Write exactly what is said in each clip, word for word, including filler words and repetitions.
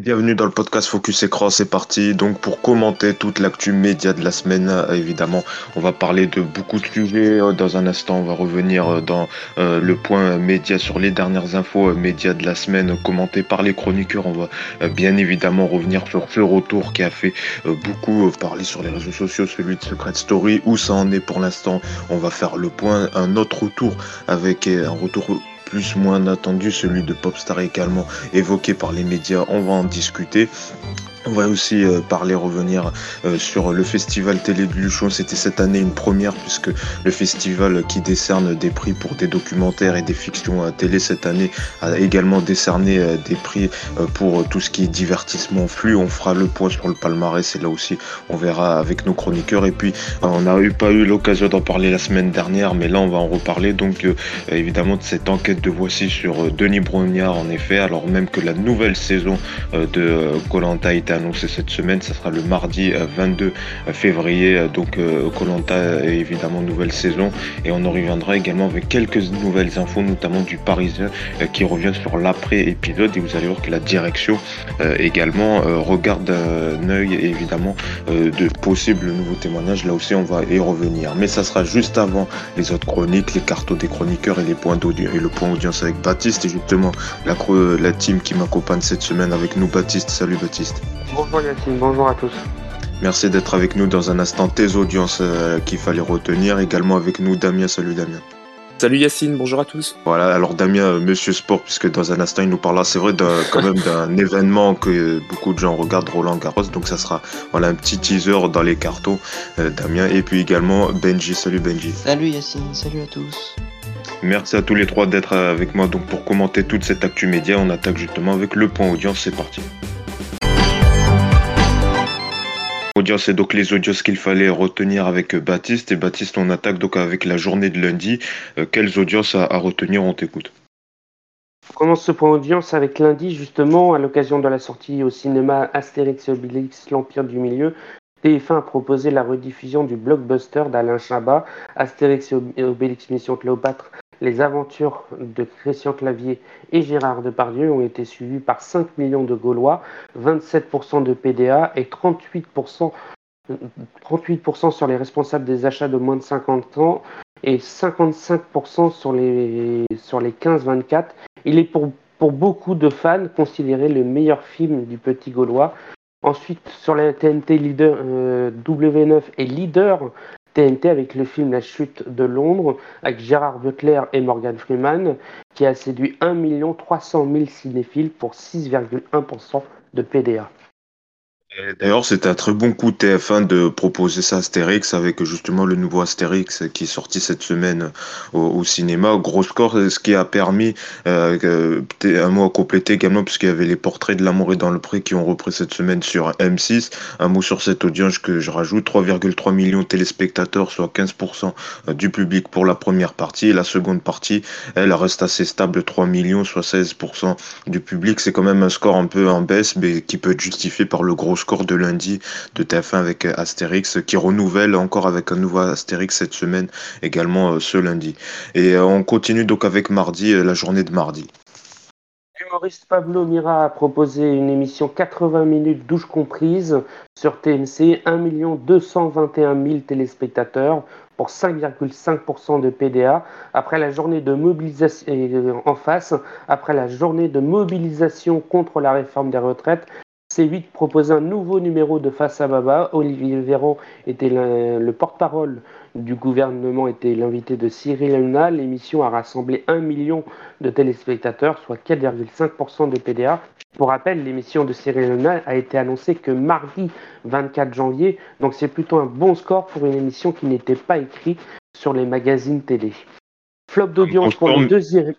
Bienvenue dans le podcast Focus Écran, c'est parti. Donc pour commenter toute l'actu média de la semaine, euh, évidemment, on va parler de beaucoup de sujets. Euh, Dans un instant, on va revenir euh, dans euh, le point média sur les dernières infos euh, médias de la semaine euh, commentées par les chroniqueurs. On va euh, bien évidemment revenir sur ce retour qui a fait euh, beaucoup euh, parler sur les réseaux sociaux, celui de Secret Story, où ça en est pour l'instant. On va faire le point, un autre retour avec euh, un retour plus moins attendu, celui de Popstar également évoqué par les médias, on va en discuter. On va aussi euh, parler, revenir euh, sur le festival télé de Luchon. C'était cette année une première puisque le festival qui décerne des prix pour des documentaires et des fictions à télé cette année a également décerné euh, des prix euh, pour tout ce qui est divertissement flux. On fera le point sur le palmarès et là aussi on verra avec nos chroniqueurs. Et puis euh, on n'a eu pas eu l'occasion d'en parler la semaine dernière, mais là on va en reparler. Donc euh, évidemment de cette enquête de Voici sur euh, Denis Brognard en effet, alors même que la nouvelle saison euh, de koh a été annoncé cette semaine. Ça sera le mardi vingt-deux février. Donc koh est évidemment nouvelle saison. Et on en reviendra également avec quelques nouvelles infos, notamment du Parisien qui revient sur l'après-épisode. Et vous allez voir que la direction euh, également euh, regarde d'un œil évidemment euh, de possibles nouveaux témoignages. Là aussi, on va y revenir. Mais ça sera juste avant les autres chroniques, les cartos des chroniqueurs et les points d'audience et le point audience avec Baptiste. Et justement, la, la team qui m'accompagne cette semaine avec nous, Baptiste. Salut Baptiste. Bonjour Yacine, bonjour à tous. Merci d'être avec nous dans un instant. Tes audiences euh, qu'il fallait retenir. Également avec nous Damien. Salut Damien. Salut Yacine, bonjour à tous. Voilà, alors Damien, euh, Monsieur Sport, puisque dans un instant il nous parlera, c'est vrai, d'un, quand même d'un événement que beaucoup de gens regardent, Roland Garros. Donc ça sera voilà, un petit teaser dans les cartons, euh, Damien. Et puis également Benji. Salut Benji. Salut Yacine, salut à tous. Merci à tous les trois d'être avec moi donc pour commenter toute cette actu média. On attaque justement avec le point audience. C'est parti. Audience, c'est donc les audiences qu'il fallait retenir avec Baptiste. Et Baptiste, on attaque donc avec la journée de lundi. Euh, quelles audiences à, à retenir? On t'écoute. On commence ce point audience avec lundi, justement, à l'occasion de la sortie au cinéma Astérix et Obélix, l'Empire du Milieu. T F un a proposé la rediffusion du blockbuster d'Alain Chabat, Astérix et Obélix Mission Cléopâtre. Les aventures de Christian Clavier et Gérard Depardieu ont été suivies par cinq millions de Gaulois, vingt-sept pour cent de P D A et trente-huit pour cent, trente-huit pour cent sur les responsables des achats de moins de cinquante ans et cinquante-cinq pour cent sur les, sur les quinze vingt-quatre. Il est pour, pour beaucoup de fans considéré le meilleur film du Petit Gaulois. Ensuite, sur la T N T leader, euh, W neuf est leader T N T avec le film La Chute de Londres, avec Gérard Butler et Morgan Freeman, qui a séduit un million trois cent mille cinéphiles pour six virgule un pour cent de P D A. D'ailleurs, c'était un très bon coup de T F un de proposer ça Astérix avec justement le nouveau Astérix qui est sorti cette semaine au, au cinéma. Gros score, ce qui a permis euh, que- un mot à compléter également puisqu'il y avait les portraits de l'amour et dans le pré qui ont repris cette semaine sur M six. Un mot sur cette audience que je rajoute, trois virgule trois millions de téléspectateurs, soit quinze pour cent du public pour la première partie. Et la seconde partie, elle reste assez stable, trois millions, soit seize pour cent du public. C'est quand même un score un peu en baisse, mais qui peut être justifié par le gros score de lundi de T F un avec Astérix qui renouvelle encore avec un nouveau Astérix cette semaine également euh, ce lundi. Et euh, on continue donc avec mardi, euh, la journée de mardi. L'humoriste Pablo Mira a proposé une émission quatre-vingts minutes douche comprise sur T M C, un million deux cent vingt et un mille téléspectateurs pour cinq virgule cinq pour cent de P D A. Après la journée de mobilisation euh, en face, après la journée de mobilisation contre la réforme des retraites, C huit proposait un nouveau numéro de Face à Baba. Olivier Véran était le, le porte-parole du gouvernement, était l'invité de Cyril Hanouna. L'émission a rassemblé un million de téléspectateurs, soit quatre virgule cinq pour cent de P D A. Pour rappel, l'émission de Cyril Hanouna a été annoncée que mardi vingt-quatre janvier, donc c'est plutôt un bon score pour une émission qui n'était pas écrite sur les magazines télé. Flop d'audience pour le deuxième...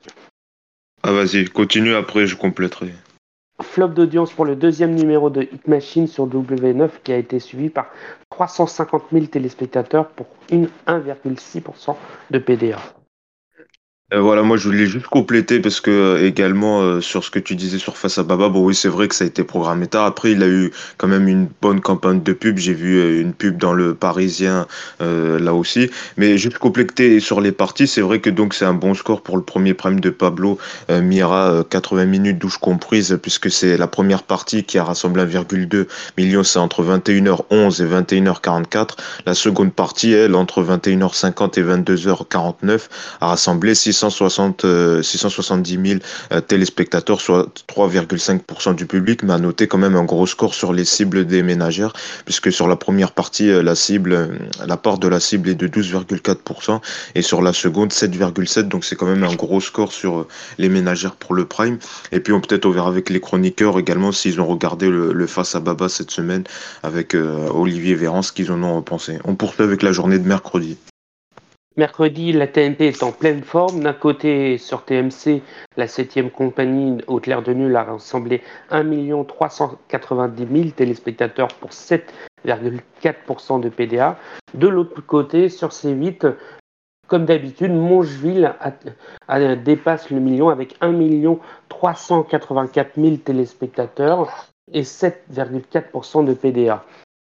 Ah vas-y, continue, après je compléterai. Flop d'audience pour le deuxième numéro de Hit Machine sur W neuf qui a été suivi par trois cent cinquante mille téléspectateurs pour une un virgule six pour cent de P D A. Euh, voilà, moi je voulais juste compléter parce que euh, également euh, sur ce que tu disais sur Face à Baba, bon oui c'est vrai que ça a été programmé tard. Après il a eu quand même une bonne campagne de pub. J'ai vu euh, une pub dans le Parisien euh, là aussi. Mais juste compléter sur les parties, c'est vrai que donc c'est un bon score pour le premier prime de Pablo euh, Mira, euh, quatre-vingts minutes douche comprise puisque c'est la première partie qui a rassemblé un virgule deux million, c'est entre vingt et une heures onze et vingt et une heures quarante-quatre. La seconde partie, elle, entre vingt et une heures cinquante et vingt-deux heures quarante-neuf a rassemblé six cent soixante, euh, six cent soixante-dix mille euh, téléspectateurs, soit trois virgule cinq pour cent du public, mais a noté quand même un gros score sur les cibles des ménagères, puisque sur la première partie, euh, la cible, euh, la part de la cible est de douze virgule quatre pour cent et sur la seconde, sept virgule sept pour cent. Donc c'est quand même un gros score sur euh, les ménagères pour le Prime. Et puis on peut-être on verra avec les chroniqueurs également s'ils ont regardé le, le Face à Baba cette semaine avec euh, Olivier Véran, ce qu'ils en ont pensé. On poursuit avec la journée de mercredi. Mercredi, la T N T est en pleine forme. D'un côté, sur T M C, la septième compagnie au clair de lune a rassemblé un million trois cent quatre-vingt-dix mille téléspectateurs pour sept virgule quatre pour cent de P D A. De l'autre côté, sur C huit, comme d'habitude, Mongeville a, a, dépasse le million avec un million trois cent quatre-vingt-quatre mille téléspectateurs et sept virgule quatre pour cent de P D A.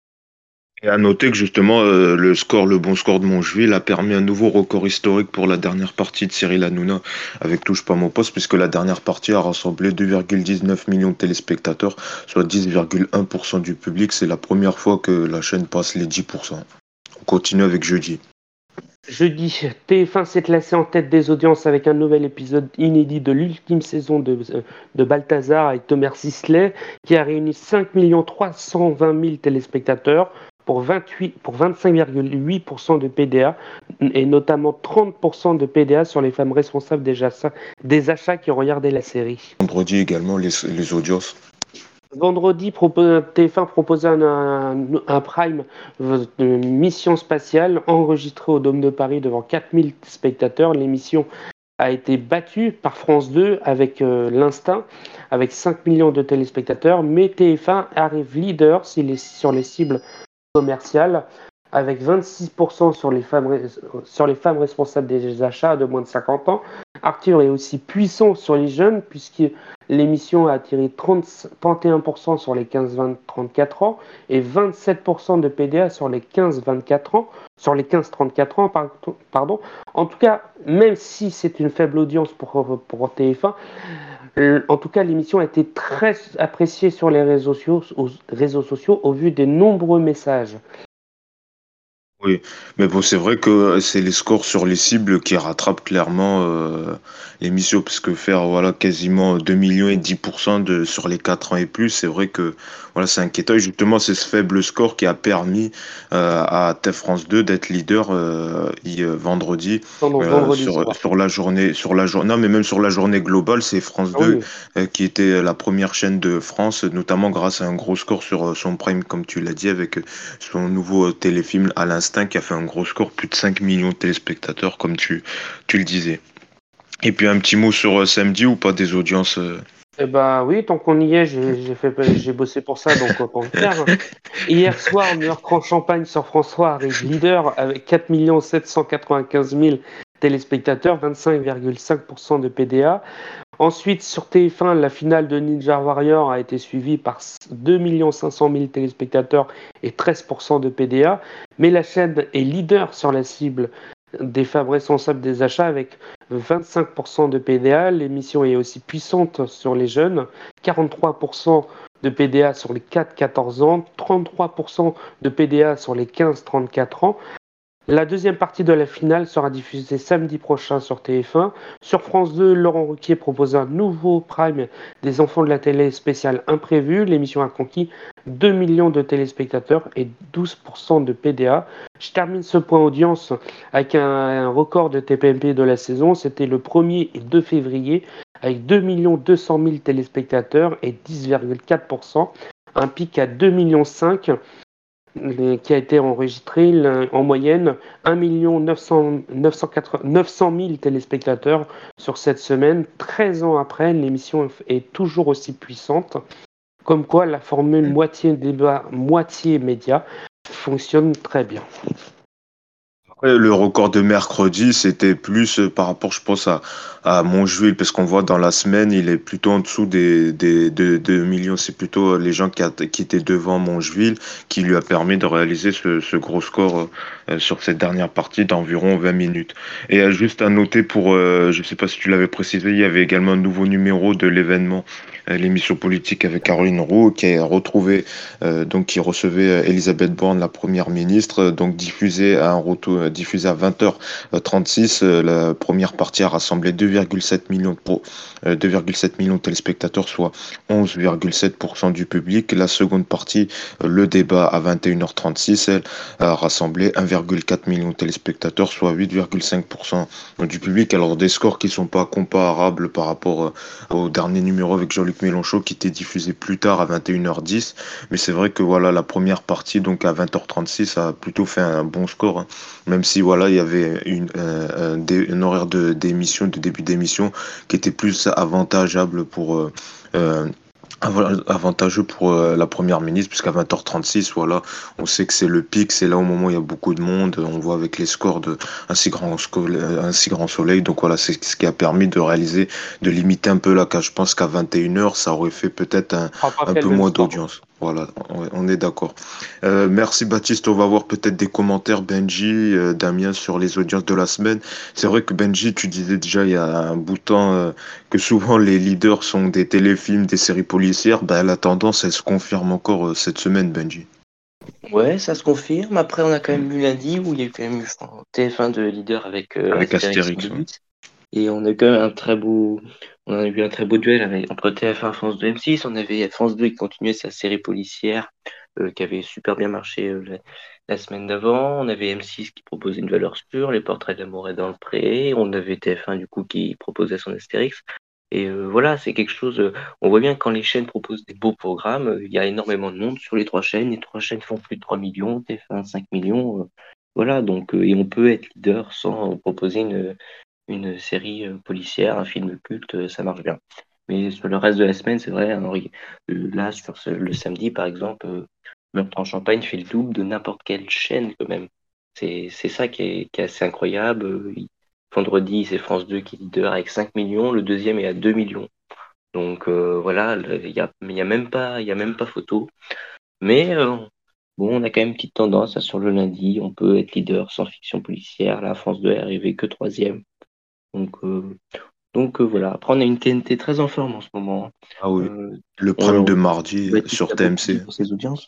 Et à noter que justement, euh, le score, le bon score de Montjuïc a permis un nouveau record historique pour la dernière partie de Cyril Hanouna avec Touche pas mon poste, puisque la dernière partie a rassemblé deux virgule dix-neuf millions de téléspectateurs, soit dix virgule un pour cent du public. C'est la première fois que la chaîne passe les dix pour cent. On continue avec jeudi. Jeudi, T F un s'est classé en tête des audiences avec un nouvel épisode inédit de l'ultime saison de, de Balthazar avec Thomas Sisley, qui a réuni cinq millions trois cent vingt mille téléspectateurs pour, vingt-huit, pour vingt-cinq virgule huit pour cent de P D A et notamment trente pour cent de P D A sur les femmes responsables des achats, des achats qui ont regardé la série. Vendredi également, les, les audiences. Vendredi, T F un proposait un, un, un prime de mission spatiale enregistré au Dôme de Paris devant quatre mille spectateurs. L'émission a été battue par France deux avec euh, l'Instinct, avec cinq millions de téléspectateurs, mais T F un arrive leader sur les, sur les cibles commerciales, avec vingt-six pour cent sur les, femmes, sur les femmes responsables des achats de moins de cinquante ans. Arthur est aussi puissant sur les jeunes, puisque l'émission a attiré trente, trente et un pour cent sur les quinze vingt trente-quatre ans et vingt-sept pour cent de P D A sur les quinze vingt-quatre ans, sur les quinze trente-quatre ans, pardon. En tout cas, même si c'est une faible audience pour, pour T F un, en tout cas, l'émission a été très appréciée sur les réseaux sociaux, aux réseaux sociaux au vu des nombreux messages. Oui, mais bon, c'est vrai que c'est les scores sur les cibles qui rattrapent clairement euh, l'émission, parce que faire voilà quasiment deux millions et dix pour cent de sur les quatre ans et plus, c'est vrai que voilà c'est inquiétant. Et justement, c'est ce faible score qui a permis euh, à T F France deux d'être leader euh, y- euh, vendredi Pendant euh, vendredi sur soir. sur la journée sur la journée. Non, mais même sur la journée globale, c'est France Ah deux oui. euh, qui était la première chaîne de France, notamment grâce à un gros score sur euh, son prime, comme tu l'as dit, avec son nouveau téléfilm à l'instinct qui a fait un gros score, plus de cinq millions de téléspectateurs, comme tu, tu le disais. Et puis un petit mot sur euh, samedi ou pas des audiences euh... Eh ben oui, tant qu'on y est, j'ai, j'ai, fait, j'ai bossé pour ça, donc autant le faire. Hier soir, Meurtre en Champagne sur François arrive leader avec quatre millions sept cent quatre-vingt-quinze mille téléspectateurs, vingt-cinq virgule cinq pour cent de P D A. Ensuite, sur T F un, la finale de Ninja Warrior a été suivie par deux millions cinq cent mille téléspectateurs et treize pour cent de P D A. Mais la chaîne est leader sur la cible des femmes responsables des achats avec vingt-cinq pour cent de P D A. L'émission est aussi puissante sur les jeunes, quarante-trois pour cent de P D A sur les quatre quatorze ans, trente-trois pour cent de P D A sur les quinze trente-quatre ans. La deuxième partie de la finale sera diffusée samedi prochain sur T F un. Sur France deux, Laurent Ruquier propose un nouveau prime des enfants de la télé spéciale imprévu. L'émission a conquis deux millions de téléspectateurs et douze pour cent de P D A. Je termine ce point audience avec un, un record de T P M P de la saison. C'était le premier et deux février avec deux millions deux cent mille téléspectateurs et dix virgule quatre pour cent. Un pic à deux virgule cinq millions qui a été enregistré en moyenne un million neuf cent mille téléspectateurs sur cette semaine. treize ans après, l'émission est toujours aussi puissante. Comme quoi, la formule moitié débat, moitié média fonctionne très bien. Après, le record de mercredi, c'était plus euh, par rapport, je pense, à, à Montjuïc, parce qu'on voit dans la semaine, il est plutôt en dessous des, des, de deux millions. C'est plutôt euh, les gens qui, a- qui étaient devant Montjuïc qui lui a permis de réaliser ce, ce gros score euh, euh, sur cette dernière partie d'environ vingt minutes. Et euh, juste à noter pour, euh, je sais pas si tu l'avais précisé, il y avait également un nouveau numéro de l'événement, euh, l'émission politique avec Caroline Roux, qui a retrouvé euh, donc qui recevait euh, Elisabeth Borne, la première ministre, euh, donc diffusé à un retour, euh, diffusé à vingt heures trente-six. Euh, la première partie a rassemblé deux virgule sept millions de pro, euh, deux virgule sept millions de téléspectateurs, soit onze virgule sept pour cent du public. La seconde partie, euh, le débat à vingt et une heures trente-six, elle a rassemblé un virgule quatre million de téléspectateurs, soit huit virgule cinq pour cent du public. Alors des scores qui sont pas comparables par rapport euh, au dernier numéro avec Jean-Luc Mélenchon qui était diffusé plus tard à vingt et une heures dix. Mais c'est vrai que voilà, la première partie, donc à vingt heures trente-six, a plutôt fait un bon score, hein. Même si voilà, il y avait une, euh, un, dé- un horaire de d'émission, de début d'émission, qui était plus avantageable pour euh, euh, ava- avantageux pour euh, la première ministre, puisqu'à vingt heures trente-six, voilà, on sait que c'est le pic, c'est là au moment où il y a beaucoup de monde, on voit avec les scores de un si grand, sco- un si grand soleil, donc voilà, c'est ce qui a permis de réaliser, de limiter un peu la cage. Je pense qu'à vingt et une heures, ça aurait fait peut-être un, On fera pas un fait le peu même moins score. d'audience. Voilà, on on est d'accord. Euh, merci Baptiste, on va voir peut-être des commentaires, Benji, euh, Damien, sur les audiences de la semaine. C'est vrai que Benji, tu disais déjà il y a un bout de temps euh, que souvent les leaders sont des téléfilms, des séries policières. Ben, la tendance, elle se confirme encore euh, cette semaine, Benji. Ouais, ça se confirme. Après, on a quand même eu lundi où il y a eu quand même eu enfin, T F un de leader avec euh, Avec Astérix et Astérix, ouais. Obélix. Et on a eu quand même un très beau, on a eu un très beau duel avec, entre T F un et France deux M six. On avait France deux qui continuait sa série policière euh, qui avait super bien marché euh, la, la semaine d'avant. On avait M six qui proposait une valeur sûre, les portraits d'amour et dans le pré. On avait T F un du coup qui proposait son Astérix. Et euh, voilà, c'est quelque chose. euh, on voit bien que quand les chaînes proposent des beaux programmes, euh, il y a énormément de monde sur les trois chaînes. Les trois chaînes font plus de trois millions, T F un cinq millions. euh, voilà, donc euh, et on peut être leader sans proposer une, une série euh, policière, un film culte, euh, ça marche bien. Mais sur le reste de la semaine, c'est vrai, hein, ri- euh, là, sur ce- le samedi, par exemple, euh, Meurtre en Champagne fait le double de n'importe quelle chaîne, quand même. C'est, c'est ça qui est, qui est assez incroyable. Euh, il- Vendredi, c'est France deux qui est leader avec cinq millions, le deuxième est à deux millions. Donc euh, voilà, le- il y a, mais il y a même pas, il y a même pas photo. Mais euh, bon, on a quand même une petite tendance, hein, sur le lundi, on peut être leader sans fiction policière. La France deux est arrivée que troisième. Donc, euh, donc euh, voilà. Après, on a une T N T très en forme en ce moment. Ah oui. Euh, Le on, prime de on- mardi euh, Baptiste sur a beaucoup dit T M C. pour ses audiences.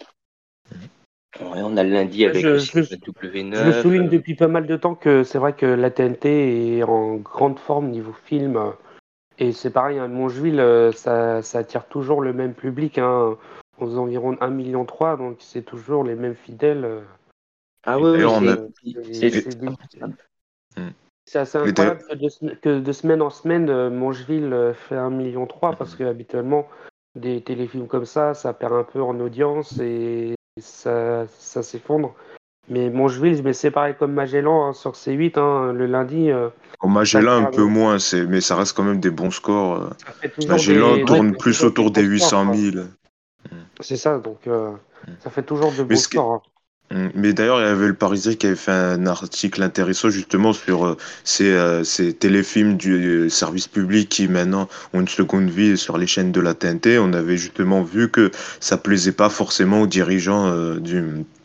Ouais, on a le lundi Ouais, avec Je, aussi je, la W je le neuf. souligne depuis pas mal de temps que c'est vrai que la T N T est en grande forme niveau film. Et c'est pareil, hein, Mongeville, euh, ça, ça attire toujours le même public, hein, aux environs un million trois, donc c'est toujours les mêmes fidèles. euh, Ah Et oui, oui, d'ailleurs, on c'est a. et c'est Et, c'est des- hmm. c'est assez Et d'ailleurs, incroyable que de, sem- que de semaine en semaine, euh, Mongeville euh, fait un million trois, parce hmm. que habituellement, des téléfilms comme ça, ça perd un peu en audience et ça, ça s'effondre. Mais Mongeville, mais c'est pareil comme Magellan, hein, sur C huit, hein, le lundi, euh, Au ça Magellan, un peu garde- moins, c'est, mais ça reste quand même des bons scores. euh. ça fait toujours Magellan des, ouais, ça tourne fait plus toujours des autour des bons huit scores, cent quoi. mille. Hmm. C'est ça, donc euh, Hmm. ça fait toujours de Mais beaux ce qui, scores, hein. Mm. Mais d'ailleurs, il y avait le Parisien qui avait fait un article intéressant justement sur euh, ces, euh, ces téléfilms du euh, service public qui maintenant ont une seconde vie sur les chaînes de la T N T. On avait justement vu que ça plaisait pas forcément aux dirigeants euh, du,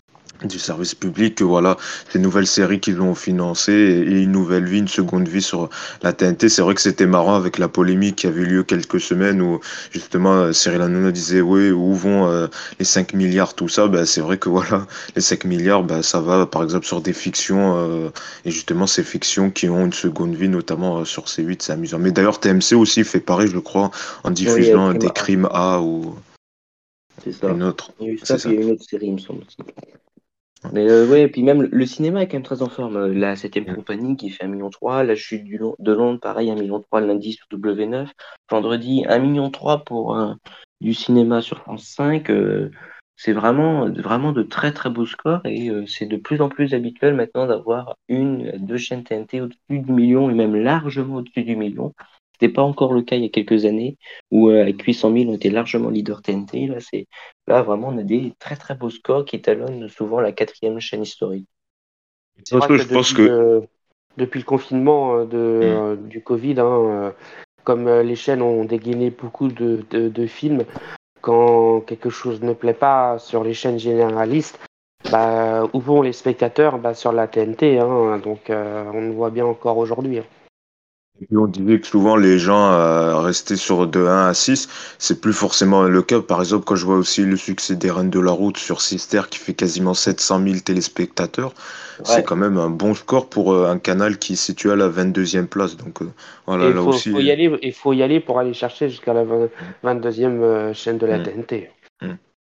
du service public, que voilà, ces nouvelles séries qu'ils ont financées et une nouvelle vie, une seconde vie sur la T N T. C'est vrai que c'était marrant avec la polémique qui avait eu lieu quelques semaines où justement euh, Cyril Hanouna disait oui, où vont euh, les cinq milliards, tout ça. Ben, c'est vrai que voilà, les cinq milliards, ben, ça va par exemple sur des fictions euh, et justement ces fictions qui ont une seconde vie, notamment euh, sur C huit, c'est amusant. Mais d'ailleurs, T M C aussi fait pareil, je crois, en Oui, avec diffusant Crime des A, crimes A ou c'est ça. une autre. Il y a eu C'est ça, puis ça. il y a eu une autre série, il me semble aussi. Mais euh, ouais, et puis même le le cinéma est quand même très en forme. Euh, La septième Mm. compagnie qui fait un million trois, la chute du Lon- de Londres, pareil, un million trois lundi sur W neuf. Vendredi, un million trois pour euh, du cinéma sur France cinq. Euh, c'est vraiment, vraiment de très très beaux scores et euh, c'est de plus en plus habituel maintenant d'avoir une, deux chaînes T N T au-dessus du million et même largement au-dessus du million. C'était pas encore le cas il y a quelques années où euh, avec huit cent mille on était largement leader T N T. Là, c'est Là, vraiment, on a des très très beaux scores qui étalonnent souvent la quatrième chaîne historique. C'est Parce vrai que que je pense depuis que le, depuis le confinement euh, de, hmm, euh, du Covid, hein, euh, comme euh, les chaînes ont dégainé beaucoup de, de, de films, quand quelque chose ne plaît pas sur les chaînes généralistes, bah, où vont les spectateurs? Bah, sur la T N T, hein, donc euh, on le voit bien encore aujourd'hui, hein. et puis on disait que souvent les gens euh, restaient sur de un à six, c'est plus forcément le cas. Par exemple, quand je vois aussi le succès des Reines de la Route sur Sister qui fait quasiment sept cent mille téléspectateurs, c'est Ouais. quand même un bon score pour euh, un canal qui est situé à la vingt-deuxième place. Donc euh, Et voilà, il là faut, aussi. faut y aller, il faut y aller pour aller chercher jusqu'à la vingt vingt-deuxième euh, chaîne de la Hmm, T N T. hmm.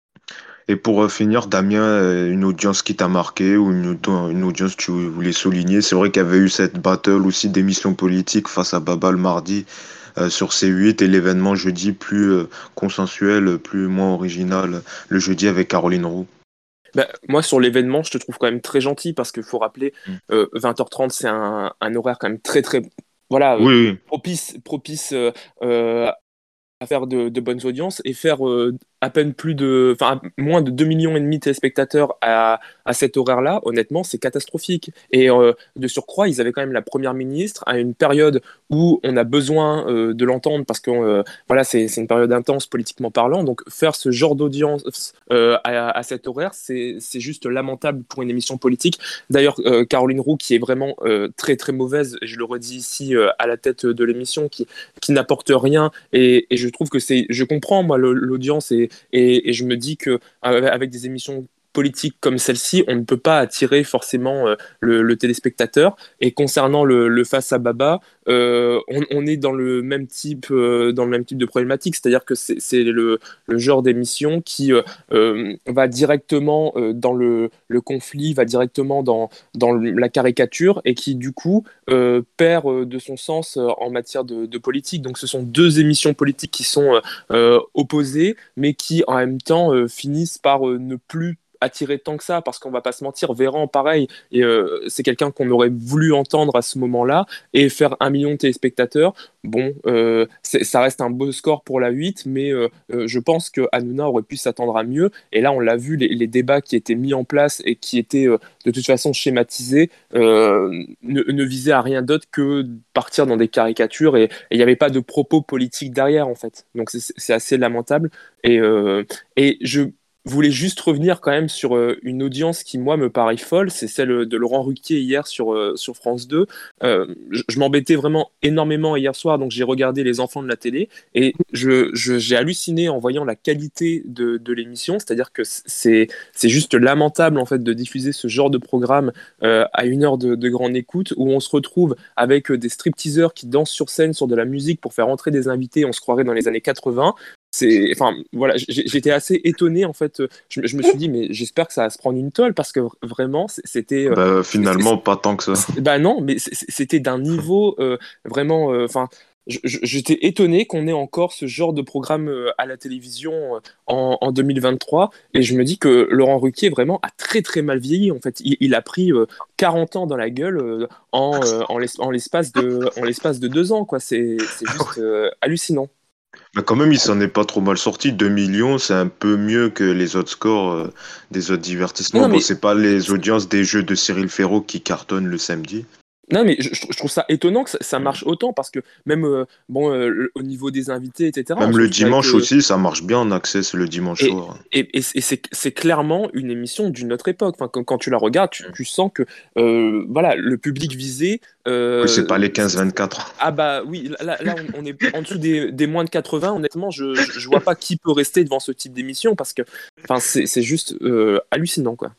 Et pour euh, finir, Damien, euh, une audience qui t'a marqué ou une, audi- une audience que tu voulais souligner, c'est vrai qu'il y avait eu cette battle aussi d'émissions politiques face à Baba le mardi euh, sur C huit et l'événement jeudi plus euh, consensuel, plus moins original, le jeudi avec Caroline Roux. Bah, moi, sur l'événement, je te trouve quand même très gentil parce qu'il faut rappeler, Mm. euh, vingt heures trente, c'est un, un horaire quand même très, très, voilà, euh, Oui, oui. propice, propice euh, euh, à faire de, de bonnes audiences et faire euh, à peine plus de, enfin, moins de deux millions et demi de téléspectateurs à, à cet horaire-là, honnêtement, c'est catastrophique. Et euh, de surcroît, ils avaient quand même la première ministre à une période où on a besoin euh, de l'entendre parce que euh, voilà, c'est c'est une période intense politiquement parlant. Donc faire ce genre d'audience euh, à, à cet horaire, c'est c'est juste lamentable pour une émission politique. D'ailleurs, euh, Caroline Roux, qui est vraiment euh, très très mauvaise, je le redis ici euh, à la tête de l'émission, qui qui n'apporte rien et, et je trouve que c'est, je comprends moi le- l'audience et, et, et je me dis que euh, avec des émissions politiques comme celle-ci, on ne peut pas attirer forcément euh, le, le téléspectateur. Et concernant le, le face à Baba, euh, on, on est dans le même type, euh, dans le même type de problématique, c'est-à-dire que c'est c'est le, le genre d'émission qui euh, euh, va directement euh, dans le, le conflit, va directement dans, dans le- la caricature et qui du coup euh, perd euh, de son sens euh, en matière de, de politique. Donc ce sont deux émissions politiques qui sont euh, euh, opposées, mais qui en même temps euh, finissent par euh, ne plus attirer tant que ça, parce qu'on va pas se mentir, Véran, pareil, et euh, c'est quelqu'un qu'on aurait voulu entendre à ce moment-là, et faire un million de téléspectateurs, bon, euh, c'est- ça reste un beau score pour la huit, mais euh, euh, je pense que Hanouna aurait pu s'attendre à mieux, et là on l'a vu, les, les débats qui étaient mis en place et qui étaient euh, de toute façon schématisés, euh, ne, ne visait à rien d'autre que de partir dans des caricatures et il n'y avait pas de propos politiques derrière en fait. Donc c'est c'est assez lamentable. Et, euh, et je voulais juste revenir quand même sur euh, une audience qui moi me paraît folle, c'est celle de Laurent Ruquier hier sur, euh, sur France deux. Euh, je je m'embêtais vraiment énormément hier soir, donc j'ai regardé Les Enfants de la télé et je, je- j'ai halluciné en voyant la qualité de, de l'émission, c'est-à-dire que c'est c'est juste lamentable en fait de diffuser ce genre de programme euh, à une heure de, de grande écoute où on se retrouve avec euh, des stripteaseurs qui dansent sur scène sur de la musique pour faire entrer des invités, on se croirait dans les années quatre-vingts. C'est, enfin, voilà, j'ai- j'étais assez étonné en fait. Je, je me suis dit, mais j'espère que ça va se prendre une tôle parce que vraiment, c'était, euh, Bah, c'est- c'est- finalement, pas tant que ça. c'est- bah non, mais c'est- c'est- c'était d'un niveau euh, vraiment, euh, enfin. je- je- J'étais étonné qu'on ait encore ce genre de programme euh, à la télévision euh, en, en deux mille vingt-trois et je me dis que Laurent Ruquier vraiment a très très mal vieilli en fait. Il, il a pris euh, quarante ans dans la gueule euh, en, euh, en l'es- en l'espace de, en l'espace de deux ans quoi. C'est c'est juste euh, hallucinant. Mais quand même, il s'en est pas trop mal sorti. Deux millions, c'est un peu mieux que les autres scores euh, des autres Non, divertissements. non Bon, mais c'est pas les audiences des jeux de Cyril Ferraud qui cartonnent le samedi. Non, mais je, je trouve ça étonnant que ça, ça Mm. marche autant parce que même euh, bon, euh, le- au niveau des invités, et cetera, on Même se le retrouve avec. dimanche euh, aussi, ça marche bien en access le dimanche et soir. et, et c'est c'est- c'est clairement une émission d'une autre époque. Enfin, quand, quand tu la regardes, tu, Mm. tu sens que euh, voilà, le public visé. Oui, c'est pas euh, les c'est- quinze vingt-quatre. ah bah oui, là, là on, on est en dessous des, des moins de quatre-vingts. Honnêtement, je, je, je vois pas qui peut rester devant ce type d'émission parce que enfin, c'est c'est juste euh, hallucinant, quoi.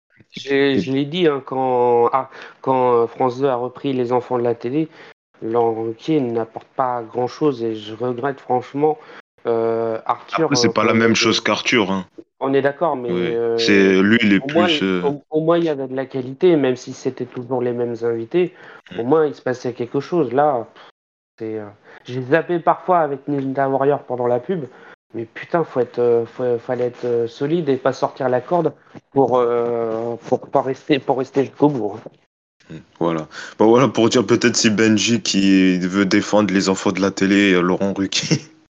J'ai- Et- Je l'ai dit, hein, quand, ah, quand euh, France deux a repris Les Enfants de la télé, Laurent Ruquier n'apporte pas grand-chose et je regrette franchement euh, Après, Arthur. c'est euh, pas la même chose qu'Arthur, hein. on est d'accord, mais Oui. euh, C'est lui, il est au moins, plus. euh, au, au moins il y avait de la qualité, même si c'était toujours les mêmes invités. Au moins il se passait quelque chose. Là, pff, c'est, euh, j'ai zappé parfois avec Ninja Warrior pendant la pub, mais putain, faut être, euh, faut- fallait être euh, solide et pas sortir la corde pour euh, pour pas rester pour rester jusqu'au bout, hein. Voilà. Bon, voilà pour dire peut-être si Benji qui veut défendre les enfants de la télé, euh, Laurent Ruquier.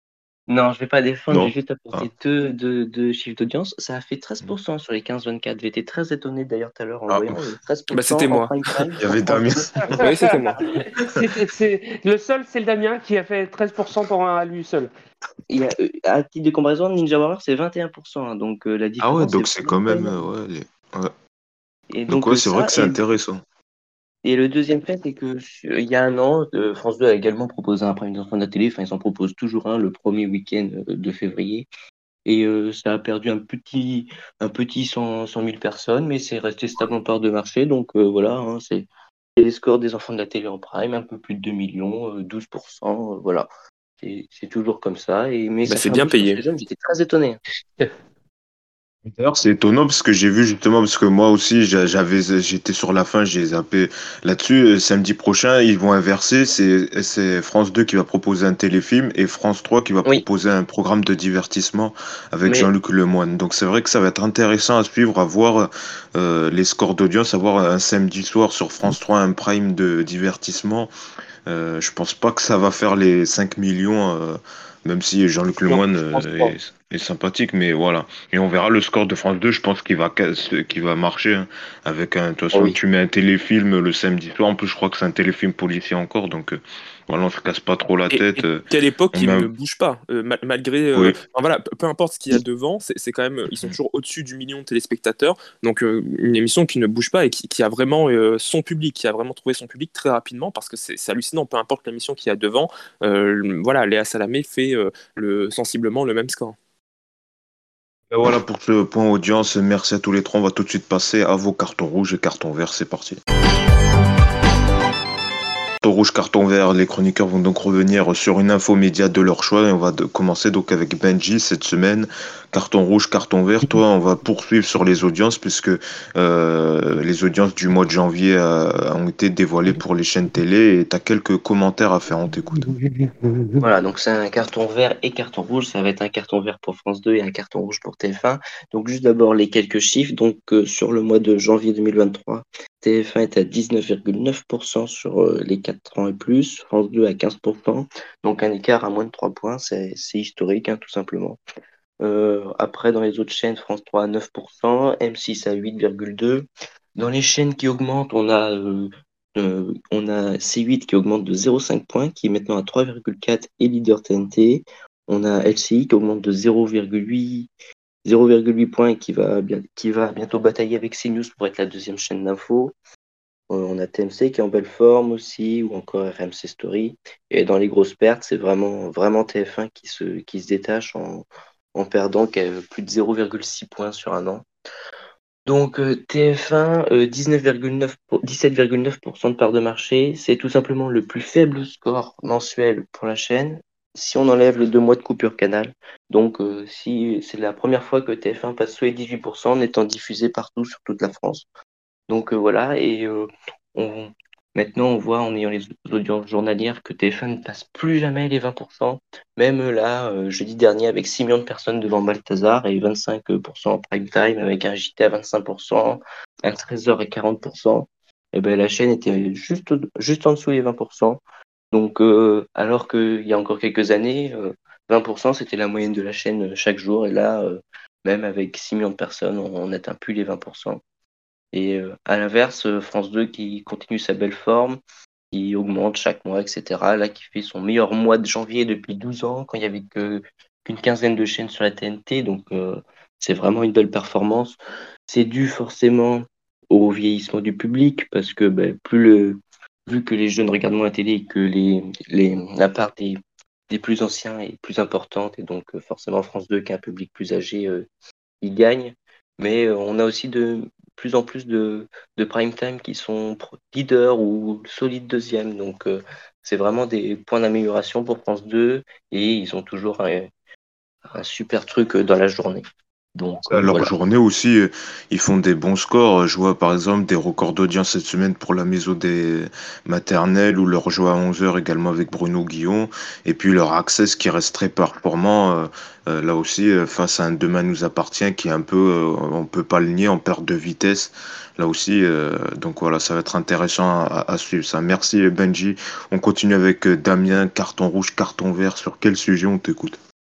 Non, je vais pas défendre, je vais Non? juste Ah, apporter deux, deux, deux chiffres d'audience. Ça a fait treize pour cent sur les quinze vingt-quatre. J'ai été très étonné d'ailleurs tout à l'heure en le ah, voyant. euh, treize pour Bah, c'était cent en moi. prime time il y pour avait France Damien. deux. Oui, c'était moi. C'est, c'est- le seul, c'est le Damien qui a fait treize pour cent pour un à lui seul. Il y a, euh, à titre de comparaison, Ninja Warrior, c'est vingt et un pour cent, hein, donc euh, la Ah ouais, différence est donc c'est vraiment quand pas même, euh, énorme. ouais, les- ouais. Et Donc donc ouais, euh, c'est vrai ça, que c'est et, intéressant. et le deuxième fait, c'est que sur- il y a un an, euh, France deux a également proposé un prime d'enfants de la télé. Enfin, ils en proposent toujours un le premier week-end euh, de février. Et euh, ça a perdu un petit, un petit cent, cent mille personnes, mais c'est resté stable en part de marché. Donc euh, voilà, hein, c'est c'est les scores des enfants de la télé en prime, un peu plus de deux millions, euh, douze pour cent, euh, voilà. C'est c'est toujours comme ça. Et, mais Bah, ça c'est fait un bien boost chez payé. les jeunes, j'étais très étonné. D'ailleurs, c'est étonnant parce que j'ai vu justement, parce que moi aussi, j'a- j'avais, j'étais sur la fin, j'ai zappé là-dessus. Euh, Samedi prochain, ils vont inverser. C'est, c'est France deux qui va proposer un téléfilm et France trois qui va Oui, proposer un programme de divertissement avec mais Jean-Luc Lemoyne. Donc c'est vrai que ça va être intéressant à suivre, à voir euh, les scores d'audience, à voir un samedi soir sur France trois un prime de divertissement. Euh, je pense pas que ça va faire les cinq millions, euh, même si Jean-Luc non, Lemoyne je pense euh, pas. est, est sympathique, mais voilà. Et on verra le score de France deux, je pense qu'il va, ca- qu'il va marcher, hein. Avec un, de toute Ah façon, oui. tu mets un téléfilm le samedi soir, en plus je crois que c'est un téléfilm policier encore, donc euh, voilà, on se casse pas trop la Et, tête. et euh, qu'à l'époque, on met ils ne un- bougent pas, euh, ma- malgré. euh, Oui, enfin, voilà, peu, peu importe ce qu'il y a devant, c'est c'est quand même, ils sont toujours au-dessus du million de téléspectateurs. Donc, euh, une émission qui ne bouge pas et qui, qui a vraiment euh, son public, qui a vraiment trouvé son public très rapidement parce que c'est c'est hallucinant, peu importe l'émission qu'il y a devant. Euh, voilà, Léa Salamé fait euh, le, sensiblement le même score. et voilà pour ce point audience. Merci à tous les trois. On va tout de suite passer à vos cartons rouges et cartons verts. C'est parti. Carton rouge, carton vert, les chroniqueurs vont donc revenir sur une info média de leur choix et on va de- commencer donc avec Benji cette semaine. Carton rouge, carton vert, toi on va poursuivre sur les audiences puisque euh, les audiences du mois de janvier euh, ont été dévoilées pour les chaînes télé et tu as quelques commentaires à faire, on t'écoute. Voilà, donc c'est un carton vert et carton rouge. Ça va être un carton vert pour France deux et un carton rouge pour T F un. Donc juste d'abord les quelques chiffres. Donc euh, sur le mois de janvier deux mille vingt-trois, T F un est à dix-neuf virgule neuf pour cent sur euh, les quatre ans et plus, France deux à quinze pour cent. Donc un écart à moins de trois points, c'est c'est historique, hein, tout simplement. Euh, après, dans les autres chaînes, France trois à neuf pour cent, M six à huit virgule deux. Dans les chaînes qui augmentent, on a, euh, euh, on a C huit qui augmente de zéro virgule cinq points, qui est maintenant à trois virgule quatre et leader T N T. On a L C I qui augmente de zéro virgule huit, zéro virgule huit points et qui va, bien, qui va bientôt batailler avec CNews pour être la deuxième chaîne d'info. Euh, on a T M C qui est en belle forme aussi, ou encore R M C Story. Et dans les grosses pertes, c'est vraiment, vraiment T F un qui se, qui se détache en, en perdant qu'à plus de zéro virgule six points sur un an. Donc euh, T F un, euh, dix-neuf virgule neuf pour- dix-sept virgule neuf pour cent de part de marché, c'est tout simplement le plus faible score mensuel pour la chaîne si on enlève les deux mois de coupure canal. Donc euh, si c'est la première fois que T F un passe sous les dix-huit pour cent en étant diffusé partout sur toute la France. Donc euh, voilà, et euh, on- maintenant on voit en ayant les audiences journalières que T F un ne passe plus jamais les vingt pour cent. Même euh, là, euh, jeudi dernier, avec six millions de personnes devant Balthazar et vingt-cinq pour cent en prime time, avec un J T à vingt-cinq pour cent, un Trésor à quarante pour cent, et ben, la chaîne était juste, au- juste en dessous des vingt pour cent. Donc euh, alors qu'il y a encore quelques années, euh, vingt pour cent c'était la moyenne de la chaîne euh, chaque jour, et là, euh, même avec six millions de personnes, on n'atteint plus les vingt pour cent. Et euh, à l'inverse, euh, France deux qui continue sa belle forme, qui augmente chaque mois, et cetera. Là, qui fait son meilleur mois de janvier depuis douze ans, quand il y avait que, qu'une quinzaine de chaînes sur la T N T. Donc, euh, c'est vraiment une belle performance. C'est dû forcément au vieillissement du public, parce que ben, plus le, vu que les jeunes regardent moins la télé et que les, les, la part des, des plus anciens est plus importante, et donc euh, forcément France deux qui a un public plus âgé, euh, il gagne. Mais euh, on a aussi de plus en plus de, de prime time qui sont pro- leaders ou solides deuxième. Donc, euh, c'est vraiment des points d'amélioration pour France deux et ils ont toujours un, un super truc euh, dans la journée. Donc, À euh, leur voilà. journée aussi, euh, ils font des bons scores. Je vois par exemple des records d'audience cette semaine pour la maison des maternelles où leur jeu à onze heures également avec Bruno Guillon. Et puis leur Access qui reste très performant euh, euh, là aussi euh, face à un Demain nous appartient qui est un peu, euh, on peut pas le nier, en perte de vitesse. Là aussi, euh, donc voilà, ça va être intéressant à, à suivre ça. Merci Benji. On continue avec euh, Damien, carton rouge, carton vert. Sur quel sujet on t'écoute?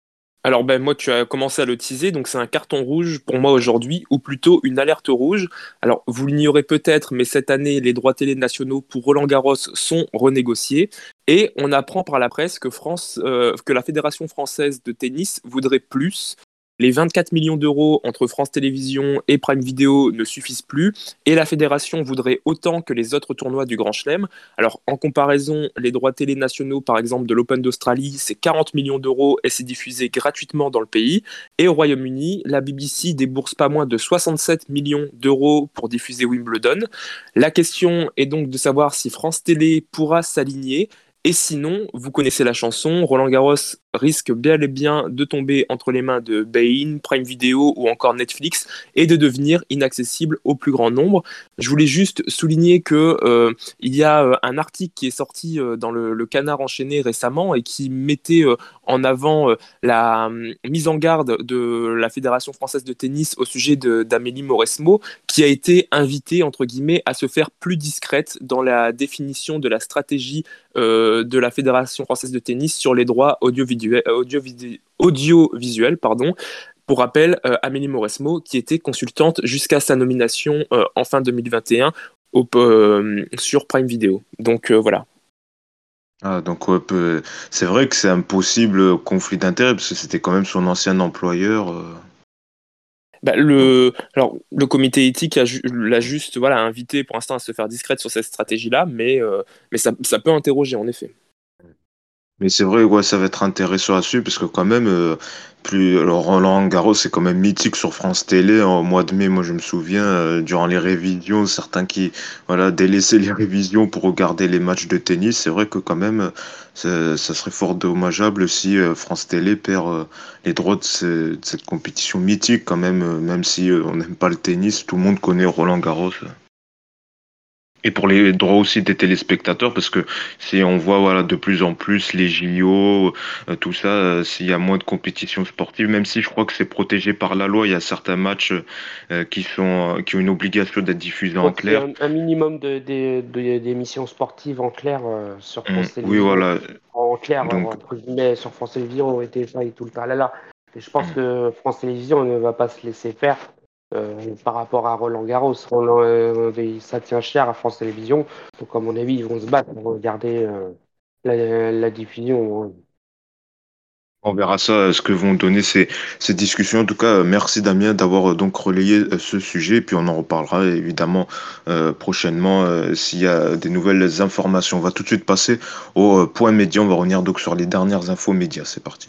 Alors ben moi tu as commencé à le teaser, donc c'est un carton rouge pour moi aujourd'hui, ou plutôt une alerte rouge. Alors vous l'ignorez peut-être, mais cette année les droits télé nationaux pour Roland-Garros sont renégociés et on apprend par la presse que France, euh, que la Fédération française de tennis voudrait plus. Les vingt-quatre millions d'euros entre France Télévisions et Prime Video ne suffisent plus, et la fédération voudrait autant que les autres tournois du Grand Chelem. Alors, en comparaison, les droits télé nationaux, par exemple, de l'Open d'Australie, c'est quarante millions d'euros et c'est diffusé gratuitement dans le pays. Et au Royaume-Uni, la B B C débourse pas moins de soixante-sept millions d'euros pour diffuser Wimbledon. La question est donc de savoir si France Télé pourra s'aligner. Et sinon, vous connaissez la chanson, Roland Garros risque bel et bien de tomber entre les mains de beIN, Prime Video ou encore Netflix et de devenir inaccessible au plus grand nombre. Je voulais juste souligner que euh, il y a euh, un article qui est sorti euh, dans le, le Canard enchaîné récemment et qui mettait euh, en avant euh, la euh, mise en garde de la Fédération française de tennis au sujet de- d'Amélie Mauresmo, qui a été invitée, entre guillemets, à se faire plus discrète dans la définition de la stratégie euh, de la Fédération française de tennis sur les droits audiovisuels, audiovisuels, audiovisuels, pardon. Pour rappel, euh, Amélie Mauresmo, qui était consultante jusqu'à sa nomination euh, en fin deux mille vingt et un au, euh, sur Prime Video. Donc euh, voilà. Ah, donc ouais, peu- c'est vrai que c'est un possible conflit d'intérêts parce que c'était quand même son ancien employeur. euh. Bah, Donc, le, alors, le comité éthique a ju- l'a juste voilà, invité pour l'instant à se faire discrète sur cette stratégie-là, mais, euh, mais ça, ça peut interroger en effet. mais c'est vrai, ouais, ça va être intéressant à suivre parce que quand même, euh, plus alors Roland Garros, c'est quand même mythique sur France Télé en mois de mai. Moi, je me souviens euh, durant les révisions, certains qui voilà délaissaient les révisions pour regarder les matchs de tennis. C'est vrai que quand même, ça, ça serait fort dommageable si euh, France Télé perd euh, les droits de, ce- de cette compétition mythique quand même. euh, même si euh, on n'aime pas le tennis, tout le monde connaît Roland Garros. Et pour les droits aussi des téléspectateurs, parce que si on voit voilà de plus en plus les J O, euh, tout ça, euh, s'il y a moins de compétitions sportives, même si je crois que c'est protégé par la loi, il y a certains matchs euh, qui sont euh, qui ont une obligation d'être diffusés Je en crois que c'est clair. un, un minimum de, de- de- d'émissions sportives en clair euh, sur Hum, France oui, Télévisions. voilà. En clair, euh, Donc, entre guillemets, sur France Télévisions et T F un et tout le tralala. Et je pense hum. que France Télévisions ne va pas se laisser faire euh, par rapport à Roland Garros. Roland, euh, ça tient cher à France Télévisions. Donc, à mon avis, ils vont se battre pour regarder euh, la, la diffusion, hein. On verra ça, euh, ce que vont donner ces, ces discussions. En tout cas, euh, merci Damien d'avoir euh, donc relayé euh, ce sujet. Puis on en reparlera évidemment euh, prochainement euh, s'il y a des nouvelles informations. On va tout de suite passer au euh, point média. On va revenir donc sur les dernières infos médias. C'est parti.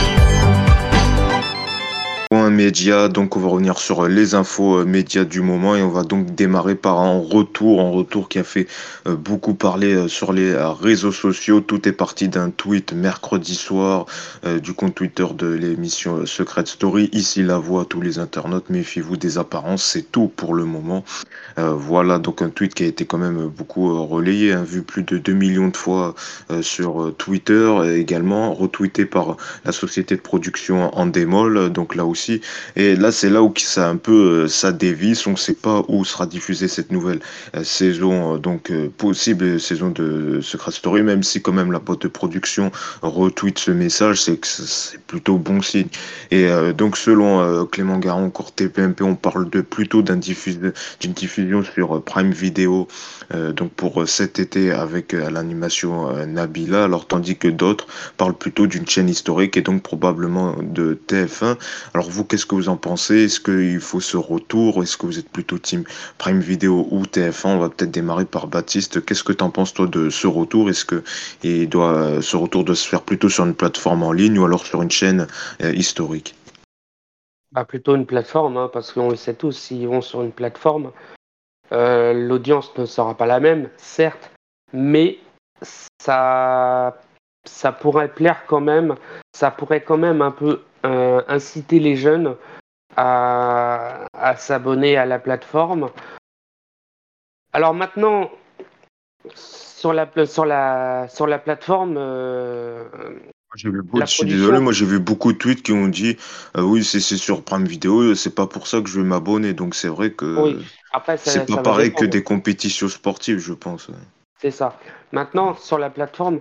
Point média, donc on va revenir sur euh, les infos euh, médias du moment et on va donc démarrer par un retour, un retour qui a fait euh, beaucoup parler euh, sur les euh, réseaux sociaux. Tout est parti d'un tweet mercredi soir euh, du compte Twitter de l'émission euh, Secret Story. Ici la voix, tous les internautes, méfiez-vous des apparences, c'est tout pour le moment. Euh, voilà donc un tweet qui a été quand même beaucoup euh, relayé, hein, vu plus de deux millions de fois euh, sur euh, Twitter, et également retweeté par la société de production Endemol, euh, donc là aussi. Et là, c'est là où ça un peu euh, ça dévisse. On ne sait pas où sera diffusée cette nouvelle euh, saison, euh, donc euh, possible saison de Secret Story, même si quand même la boîte de production retweet ce message, c'est que c'est plutôt bon signe. Et euh, donc selon euh, Clément Garon, encore T P M P, on parle de plutôt d'un diffus- d'une diffusion sur euh, Prime Video, euh, donc pour euh, cet été avec euh, l'animation euh, Nabila, alors tandis que d'autres parlent plutôt d'une chaîne historique et donc probablement de T F un. Alors vous, qu'est-ce que vous en pensez? Est-ce qu'il faut ce retour? Est-ce que vous êtes plutôt team Prime Video ou T F un? On va peut-être démarrer par Baptiste. Qu'est-ce que tu en penses toi de ce retour? Est-ce que il doit, ce retour doit se faire plutôt sur une plateforme en ligne ou alors sur une chaîne euh, historique? Bah, plutôt une plateforme, hein, parce qu'on le sait tous, s'ils vont sur une plateforme, euh, l'audience ne sera pas la même, certes, mais ça, ça pourrait plaire quand même, ça pourrait quand même un peu euh, inciter les jeunes à, à s'abonner à la plateforme. Alors maintenant, sur la, pla- sur la, sur la plateforme, euh, J'ai vu beaucoup, la je suis désolé, production, moi j'ai vu beaucoup de tweets qui ont dit euh, oui, c'est c'est sur Prime Video, c'est pas pour ça que je vais m'abonner. Donc c'est vrai oui, que après c'est ça, pas ça va pareil que dépendre. des compétitions sportives, je pense. C'est ça. Maintenant, sur la plateforme,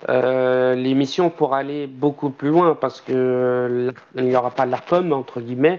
euh, l'émission pourra aller beaucoup plus loin parce que euh, il n'y aura pas l'ARCOM, entre guillemets,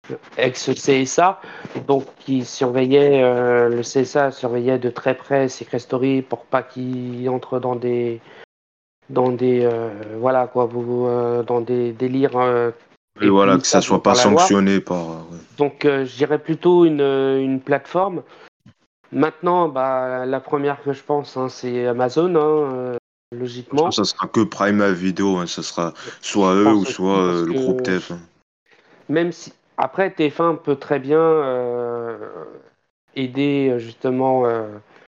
ex-C S A, donc qui surveillait, euh, le C S A surveillait de très près Secret Story pour pas qu'il entre dans des, dans des, euh, voilà quoi, vous, euh, dans des délires euh, Et et voilà, que ça punissables soit pas par la loi. sanctionné par. euh, ouais. Donc, euh, je dirais plutôt une, une plateforme. Maintenant, bah, la première que je pense, hein, c'est Amazon, hein, euh, Franchement, logiquement. ça sera que Prime Video, hein, ça sera soit Je eux ou pense soit aussi parce euh, le groupe que T F un. même si après T F un peut très bien euh, aider euh, justement euh,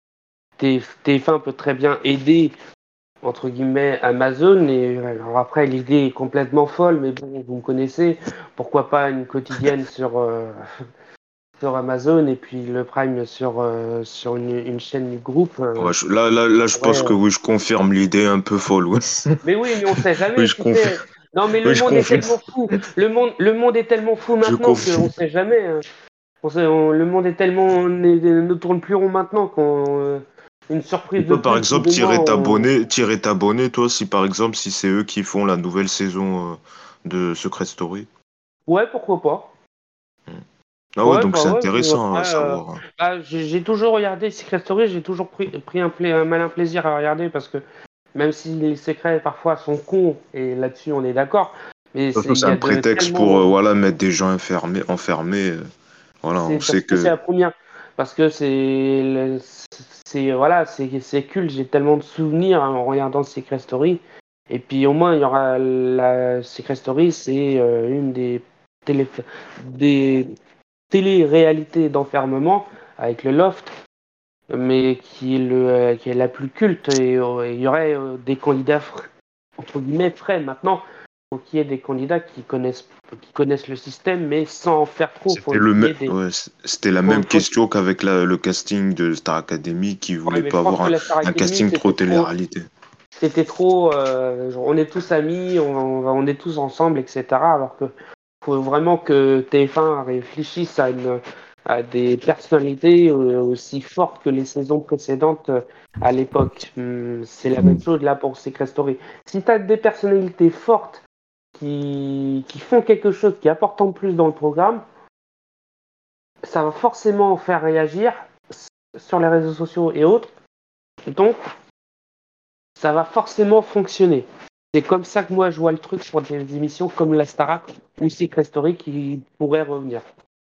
T F un peut très bien aider entre guillemets Amazon et alors après l'idée est complètement folle mais bon vous me connaissez pourquoi pas une quotidienne sur euh, sur Amazon et puis le Prime sur euh, sur une, une chaîne du groupe euh, Ouais, je- là, là, là, je pense pourrait, que euh, oui, je confirme l'idée un peu folle. Ouais. mais oui, mais on sait Oui, jamais, je tu sais. confirme. Non, mais le Oui, je monde est confirme. tellement fou. Le monde, le monde est tellement fou Je maintenant qu'on confirme. sait jamais, hein. On sait- on- le monde est tellement on est- ne tourne plus rond maintenant qu'on euh, une Et surprise de toi, par pub tous exemple, les mois. tirer on- t'abonner, tirer t'abonner, toi, si par exemple, si c'est eux qui font la nouvelle saison euh, de Secret Story. Ouais, pourquoi pas. Hmm. Ah ouais, Ouais, donc bah c'est ouais. je- intéressant à après, euh, savoir. Hein. bah, j'ai j'ai toujours regardé Secret Story, j'ai toujours pris, pris un, pla- un malin plaisir à regarder parce que même si les secrets parfois sont cons et là-dessus on est d'accord, mais De toute façon, c'est il c'est y un a de prétexte pour tellement euh, voilà, mettre des gens enfermés. enfermés euh. Voilà, on C'est parce sait que c'est que la première. Parce que c'est. le- c'est voilà, c'est c'est culte. J'ai tellement de souvenirs hein, en regardant Secret Story. Et puis au moins, il y aura la Secret Story, c'est euh, une des télé des télé-réalités d'enfermement avec le Loft, mais qui est le euh, qui est la plus culte. Et euh, il y aurait euh, des candidats fr- entre guillemets frais. Maintenant, faut qu'il y ait des candidats qui connaissent qui connaissent le système, mais sans en faire trop. c'était Faut le qu'il y me- ait des ouais, c- c'était la faut, même faut question qu'avec la- le casting de Star Academy qui Ouais, voulait mais pas je pense avoir que un, la Star un Academy, casting trop c'était trop, télé-réalité. c'était trop, euh, genre, on est tous amis, on, on est tous ensemble, et cetera. Alors que faut vraiment que T F un réfléchisse à, une, à des personnalités euh, aussi fortes que les saisons précédentes euh, à l'époque. Hum, c'est la même chose là pour Secret Story. Si tu as des personnalités fortes qui, qui font quelque chose qui apporte en plus dans le programme, ça va forcément faire réagir sur les réseaux sociaux et autres. Donc, ça va forcément fonctionner. C'est comme ça que moi je vois le truc pour des émissions comme la Starac ou Secret Story qui pourraient revenir.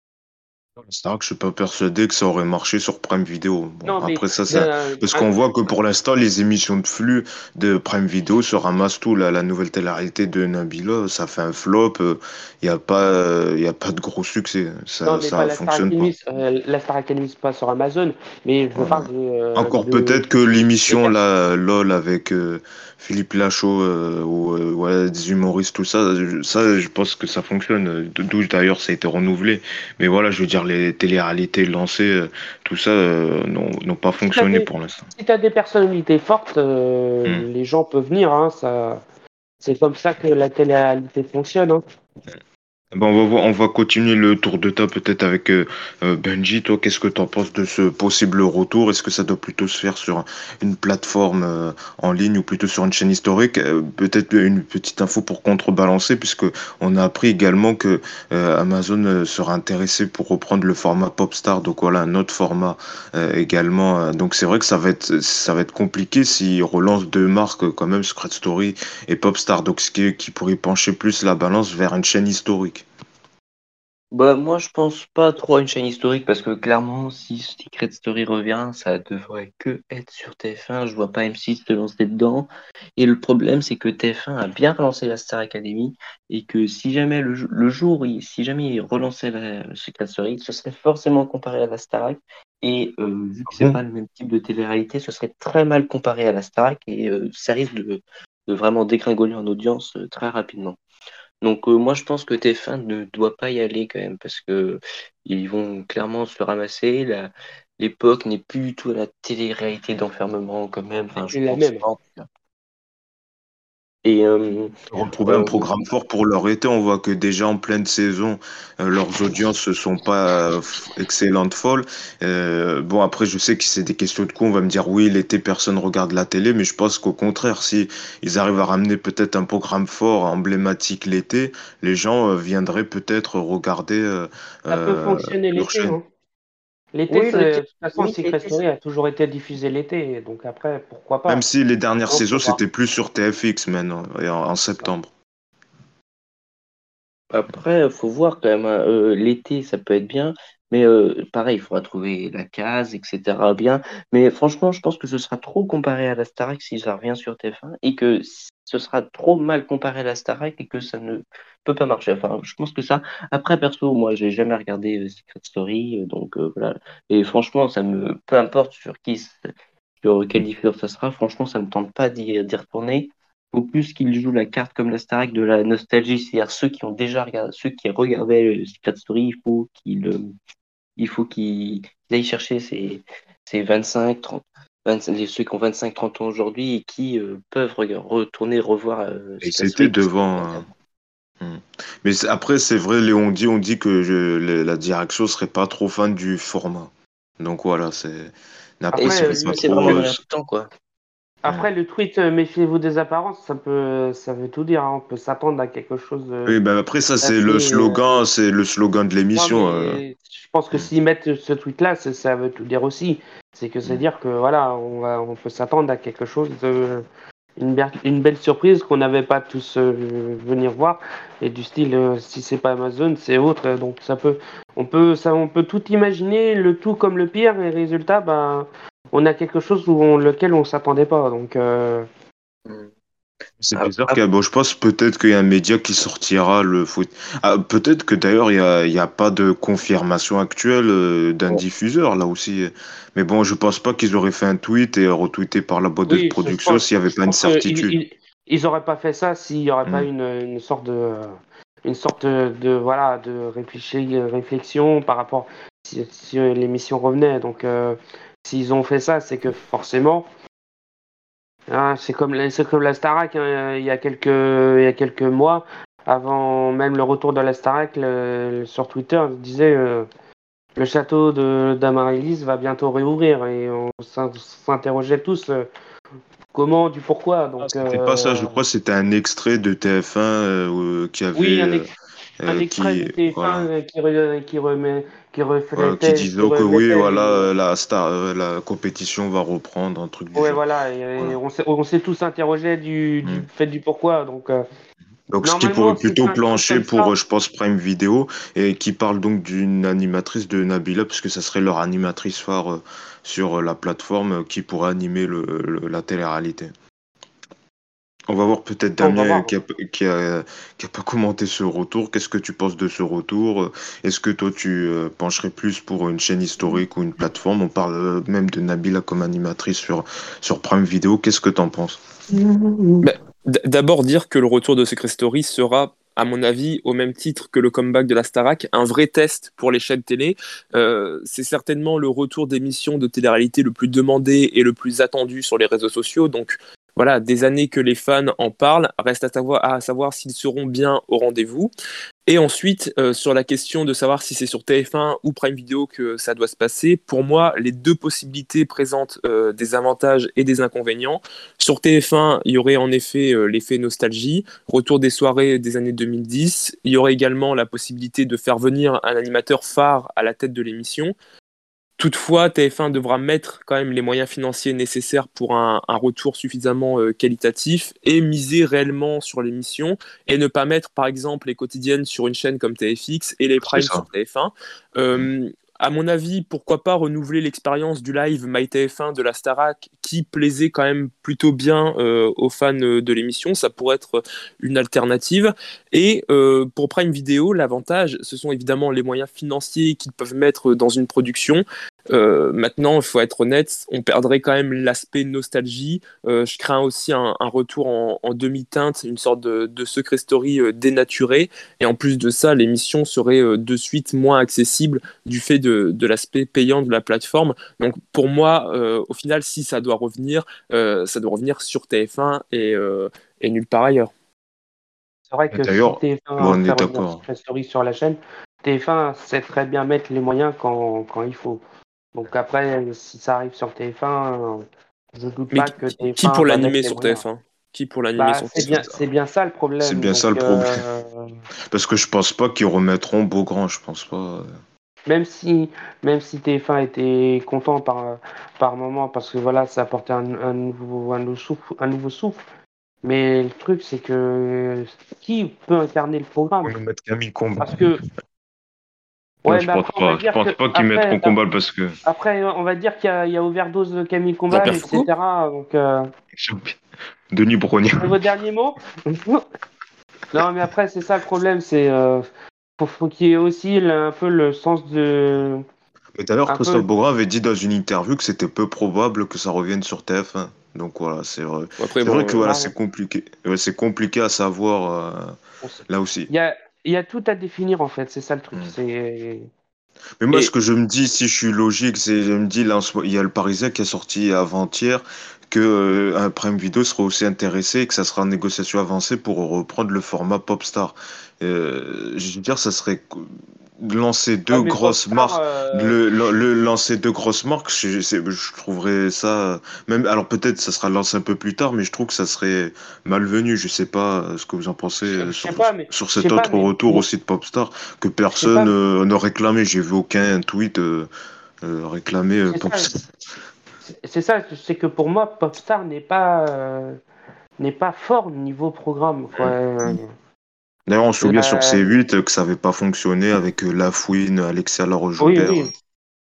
C'est vrai que je suis pas persuadé que ça aurait marché sur Prime Video. Bon, Non, mais après ça, ça... euh, parce un- qu'on voit que pour l'instant, les émissions de flux de Prime Video se ramassent tout. Là, la nouvelle télé-réalité de Nabila, ça fait un flop. Il n'y a pas, il y a pas de gros succès. non, Ça, mais pas ça la Star fonctionne pas. Academy. euh, la Star Academy, c'est pas sur Amazon, mais je Voilà. parle de, euh, Encore de, peut-être que des l'émission per- là, LOL avec euh, Philippe Lachaud euh, ou euh, ouais, des humoristes, tout ça, je- ça, je pense que ça fonctionne. D'où d'ailleurs ça a été renouvelé. Mais voilà, je veux dire, les télé-réalités lancées, euh, tout ça, euh, n'ont n'ont pas Si t'as fonctionné des, pour l'instant. si t'as des personnalités fortes, Hmm. euh, les gens peuvent venir. Hein, ça, c'est comme ça que la télé-réalité fonctionne. Hein. Bon, on va voir- on va continuer le tour de table peut-être avec euh, euh, Benji. Toi, qu'est-ce que tu en penses de ce possible retour? Est-ce que ça doit plutôt se faire sur une plateforme euh, en ligne ou plutôt sur une chaîne historique? Euh, peut-être une petite info pour contrebalancer, puisque on a appris également que euh, Amazon euh, sera intéressé pour reprendre le format Popstar. Donc voilà, un autre format euh, également. Euh, Donc c'est vrai que ça va être ça va être compliqué s'ils relancent deux marques euh, quand même, Secret Story et Popstar. Donc ce qui, qui pourrait pencher plus la balance vers une chaîne historique. Bah, moi, je pense pas trop à une chaîne historique parce que clairement, si Secret Story revient, ça devrait que être sur T F un. Je vois pas M six se lancer dedans. Et le problème, c'est que T F un a bien relancé la Star Academy et que si jamais le, jou- le jour, il- si jamais il relançait la le Secret Story, ce serait forcément comparé à la Starac. Et euh, vu que c'est pas le même type de télé-réalité, ce serait très mal comparé à la Starac et euh, ça risque de, de vraiment dégringoler en audience euh, très rapidement. Donc euh, moi je pense que T F un ne doit pas y aller quand même parce que ils vont clairement se ramasser. La- L'époque n'est plus du tout à la télé-réalité d'enfermement quand même. C'est Enfin, je plus la pense même. pas en tout cas. Et euh, Retrouver un euh, programme fort pour leur été, on voit que déjà en pleine saison, euh, leurs audiences ne sont pas euh, f- excellentes, folles. Euh, bon, après, je sais que c'est des questions de coût. On va me dire, oui, l'été, personne regarde la télé, mais je pense qu'au contraire, si ils arrivent à ramener peut-être un programme fort, emblématique l'été, les gens euh, viendraient peut-être regarder euh, Ça peut euh, fonctionner leur l'été, chaîne. hein. L'été, oui, c'est- l'été, de toute façon, oui, Secret l'été, Story a toujours été diffusé l'été, donc après, pourquoi Même pas? si les dernières Non, saisons, faut voir. c'était plus sur T F X maintenant, et en en C'est ça. septembre. après, faut voir quand même, hein. Euh, l'été, ça peut être bien, mais euh, pareil, il faudra trouver la case, et cetera. Bien. Mais franchement, je pense que ce sera trop comparé à la Starac si ça revient sur T F un et que ce sera trop mal comparé à la Starac et que ça ne peut pas marcher. Enfin, je pense que ça. Après, perso, moi, j'ai jamais regardé euh, Secret Story, euh, donc euh, voilà. Et franchement, ça me, peu importe sur qui, sur quel diffuseur ça sera, franchement, ça me tente pas d'y d'y retourner. Faut plus qu'ils jouent la carte comme la Starac de la nostalgie, c'est-à-dire ceux qui ont déjà regardé, ceux qui regardaient le Secret Story, il faut qu'ils euh, il faut qu'ils qu'ils aillent chercher ces, ces vingt-cinq, trente, vingt-cinq, les- ceux qui ont vingt-cinq, trente ans aujourd'hui et qui euh, peuvent rega- retourner revoir euh, Et Secret c'était Story parce qu'ils devant. regardaient. Hmm. Mais c'est- après, c'est vrai, Léon dit, on dit que je- le- la direction serait pas trop fan du format. Donc voilà, c'est. Mais Et après, Après, c'est euh, vrai pas si le, c'est trop. vraiment le, euh, dans l'air du temps, quoi. hmm. après, le tweet euh, méfiez-vous des apparences, ça peut, ça veut tout dire, hein. On peut s'attendre à quelque chose euh, Oui, ben après, ça, c'est le d'assez. euh, slogan, c'est le slogan de Non, l'émission. euh. mais je pense que Hmm. s'ils mettent ce tweet-là, ça, ça veut tout dire aussi. C'est que c'est Hmm. dire que voilà, on va, on peut s'attendre à quelque chose de, une, ber- une belle surprise qu'on n'avait pas tous euh, venir voir. Et du style, euh, si c'est pas Amazon, c'est autre. euh, Donc ça peut, on peut, ça, on peut tout imaginer, le tout comme le pire, et résultat, ben, on a quelque chose où on, lequel on s'attendait pas. Donc euh, Mm. C'est Ah, bizarre ah, qu'il y a, bon, je pense peut-être qu'il y a un média qui sortira le foot. Ah, peut-être que d'ailleurs il y a, il y a pas de confirmation actuelle euh, d'un bon. diffuseur là aussi. Mais bon, je pense pas qu'ils auraient fait un tweet et retweeté par la boîte de oui, ça, je production s'il y pense, avait je pas une pense qu'ils certitude. ils, ils auraient pas fait ça s'il y aurait pas Hmm. une, une sorte de, une sorte de, voilà, de réfléchi- réflexion par rapport si, si l'émission revenait. Donc euh, s'ils ont fait ça, c'est que forcément. Ah, c'est comme, la- c'est comme la Starac, hein, il y a quelques, il y a quelques mois, avant même le retour de la Starac, le- sur Twitter, il disait euh, le château de d'Amaryllis va bientôt réouvrir et on s'in- s'interrogeait tous euh, comment, du pourquoi. Ah, Donc c'était pas ça, je euh, crois, que c'était un extrait de T F un euh, qui oui, avait un, euh, ex- un euh, extrait qui de T F un voilà. euh, qui, re- qui, remet, qui Voilà, qui reflétait, disait qui que oui, remettait voilà, les, euh, la star, euh, la compétition va reprendre, un truc du ouais, genre. voilà, et, et Voilà. on s'est, on s'est tous interrogé du, du Hmm. fait du pourquoi. Donc euh, Donc, ce qui normalement, pourrait si c'est plutôt un truc plancher comme pour, euh, ça. je pense, Prime Video, et qui parle donc d'une animatrice de Nabila, parce que ça serait leur animatrice phare euh, sur euh, la plateforme euh, qui pourrait animer le, le- la télé-réalité. On va voir peut-être On va Damien voir. qui a, qui a, qui a pas commenté ce retour. Qu'est-ce que tu penses de ce retour? Est-ce que toi tu euh, pencherais plus pour une chaîne historique ou une plateforme? On parle euh, même de Nabila comme animatrice sur, sur Prime Video. Qu'est-ce que t'en penses? Bah, d- D'abord dire que le retour de Secret Story sera, à mon avis, au même titre que le comeback de la Starac, un vrai test pour les chaînes télé. Euh, c'est certainement le retour d'émissions de télé-réalité le plus demandé et le plus attendu sur les réseaux sociaux. Donc voilà, des années que les fans en parlent, reste à savoir, à savoir s'ils seront bien au rendez-vous. Et ensuite, euh, sur la question de savoir si c'est sur T F un ou Prime Video que ça doit se passer, pour moi, les deux possibilités présentent euh, des avantages et des inconvénients. Sur T F un, il y aurait en effet euh, l'effet nostalgie, retour des soirées des années deux mille dix. Il y aurait également la possibilité de faire venir un animateur phare à la tête de l'émission. Toutefois, T F un devra mettre quand même les moyens financiers nécessaires pour un, un retour suffisamment euh, qualitatif et miser réellement sur l'émission et ne pas mettre par exemple les quotidiennes sur une chaîne comme T F X et les C'est primes ça. sur T F un. Euh, à mon avis, pourquoi pas renouveler l'expérience du live My T F un de la Starac qui plaisait quand même plutôt bien euh, aux fans euh, de l'émission. Ça pourrait être une alternative. Et euh, pour Prime Video, l'avantage, ce sont évidemment les moyens financiers qu'ils peuvent mettre dans une production. Euh, maintenant, il faut être honnête, on perdrait quand même l'aspect nostalgie. Euh, je crains aussi un, un retour en, en demi-teinte, une sorte de, de Secret Story euh, dénaturé. Et en plus de ça, l'émission serait euh, de suite moins accessible du fait de, de l'aspect payant de la plateforme. Donc pour moi, euh, au final, si ça doit revenir, euh, ça doit revenir sur T F un et, euh, et nulle part ailleurs. C'est vrai que si D'ailleurs, T F un bon, on fait est revenir d'accord. Secret Story sur la chaîne, T F un sait très bien mettre les moyens quand, quand il faut. Donc après, si ça arrive sur T F un, je doute Mais pas que qui, qui T F un pour va mettre l'animer les sur moyens. T F un? Qui pour l'animer Bah sur c'est T F un? bien, c'est bien ça le C'est problème. bien Donc ça le problème. euh, Parce que je pense pas qu'ils remettront Beaugrand, je pense pas. même si même si T F un était content par par moment parce que voilà, ça apportait un, un nouveau un nouveau souffle, un nouveau souffle. Mais le truc c'est que qui peut incarner le Pour programme? nous mettre Camille Combal. Parce que Moi, ouais, je mais pense après on va pas. Je dire que pense pas qu'ils mettront après Combal parce que. après on va dire qu'il y a, il y a overdose de Camille Combal, Jean-Pierre Foucault? et cetera. Donc euh, J'ai oublié. Denis Brognard. c'est vos derniers mots? Non, mais après c'est ça le problème, c'est euh, faut, faut qu'il y ait aussi le- un peu le sens de Mais d'ailleurs, un Christophe peu. Beaugrand avait dit dans une interview que c'était peu probable que ça revienne sur T F un. Donc voilà, c'est vrai. Bon, après, C'est vrai bon, que euh, voilà, Bah, c'est compliqué. Ouais, c'est compliqué à savoir euh, on sait- là aussi. il y a il y a tout à définir en fait, c'est ça le truc. Hmm. C'est Mais moi, ce et que je me dis, si je suis logique, c'est je me dis là, en ce moment, il y a le Parisien qui est sorti avant-hier que euh, un Prime Video sera aussi intéressé et que ça sera en négociation avancée pour reprendre le format Popstar. Euh, je veux dire, ça serait co- lancer ouais, deux mais grosses Popstar, marques, euh, le, le, le- lancer deux grosses marques, je, c'est- je trouverais ça même. Alors peut-être ça sera lancé un peu plus tard, mais je trouve que ça serait malvenu. Je sais pas euh, ce que vous en pensez je euh, je sur sais pas, mais sur je sais cet pas, autre mais retour moi, aussi de Popstar que je sais pas, personne euh, ne réclamait. J'ai vu aucun tweet euh, euh, réclamer euh, c'est ça, Popstar. c'est c'est ça, c'est que pour moi Popstar n'est pas euh, n'est pas fort niveau programme, quoi. D'ailleurs, on se souvient sur La- C huit euh, que ça n'avait pas fonctionné avec euh, Lafouine, Alexia Oui, Laroche-Joubert. oui.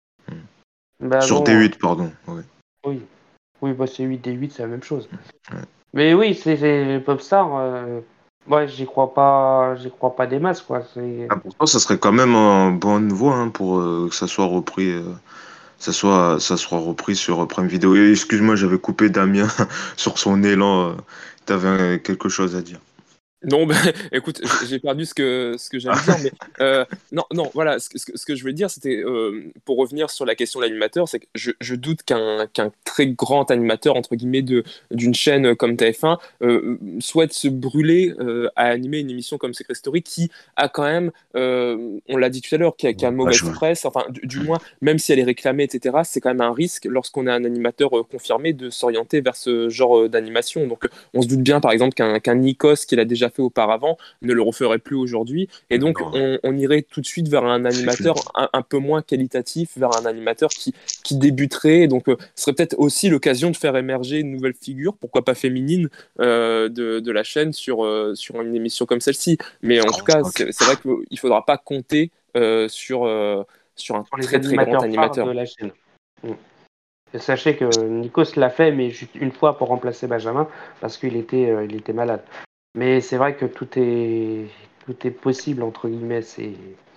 Bah Sur bon, T huit, pardon. Ouais. oui. Oui, bah c'est huit et huit, c'est la même chose. Ouais. Mais oui, c'est c'est Popstar. Euh... Ouais, j'y crois pas, j'y crois pas des masses, quoi. C'est Ah, pourtant, ça serait quand même en bonne voie hein, pour euh, que ça soit repris, euh, ça soit, ça soit repris sur euh, Prime Video. Et excuse-moi, j'avais coupé Damien sur son élan. Tu avais quelque chose à dire. non, ben, écoute, j'ai j'ai perdu ce que, ce que j'allais dire, mais euh, non, non, voilà, ce, que- ce que ce que je voulais dire, c'était, euh, pour revenir sur la question de l'animateur, c'est que je, je doute qu'un qu'un très grand animateur, entre guillemets, de, d'une chaîne comme T F un euh, souhaite se brûler euh, à animer une émission comme Secret Story, qui a quand même, euh, on l'a dit tout à l'heure, qui a, qui a Ouais, je mauvaise vois. presse, enfin, du, du moins, même si elle est réclamée, et cetera, c'est quand même un risque, lorsqu'on a un animateur euh, confirmé, de s'orienter vers ce genre euh, d'animation. Donc, on se doute bien, par exemple, qu'un qu'un Nikos, qu'il a déjà fait auparavant, ne le referait plus aujourd'hui. Et donc, Non, on, on irait tout de suite vers un c'est clair. animateur un, un peu moins qualitatif, vers un animateur qui, qui débuterait. Donc, euh, ce serait peut-être aussi l'occasion de faire émerger une nouvelle figure, pourquoi pas féminine, euh, de, de la chaîne sur, euh, sur une émission comme celle-ci. Mais en tout cas, Ok. c'est c'est vrai qu'il ne faudra pas compter euh, sur, euh, sur un pour les très très grand animateurs phares de animateur. la chaîne. Mm. Et sachez que Nikos l'a fait, mais juste une fois pour remplacer Benjamin, parce qu'il était, euh, il était malade. Mais c'est vrai que tout est, tout est possible, entre guillemets. C'est...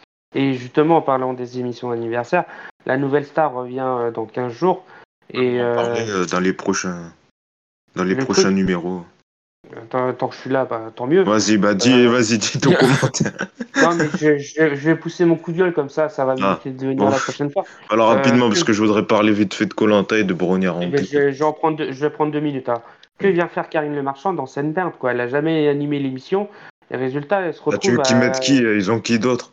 Et justement, en parlant des émissions anniversaires, la nouvelle star revient euh, dans quinze jours. On Et va en euh, parler euh, dans les prochains, dans les le prochains truc, numéros. tant, tant que je suis là, bah, tant mieux. Vas-y, bah dis, Euh, vas-y, dis ton commentaire. non, mais je, je- je vais pousser mon coup de gueule comme ça, ça va Ah, m'éviter de venir bon. la prochaine fois. Alors Euh, rapidement, parce que- que je voudrais parler vite fait de koh et de Brognard eh en ben, plus. je, je vais en prendre deux, je vais prendre deux minutes. Hein. Que vient faire Karine Le Marchand dans Scène Perdre, quoi? Elle a jamais animé l'émission. Et résultat, elle se Là, tu veux retrouve qu'ils mettent à. qui? Ils ont qui d'autre?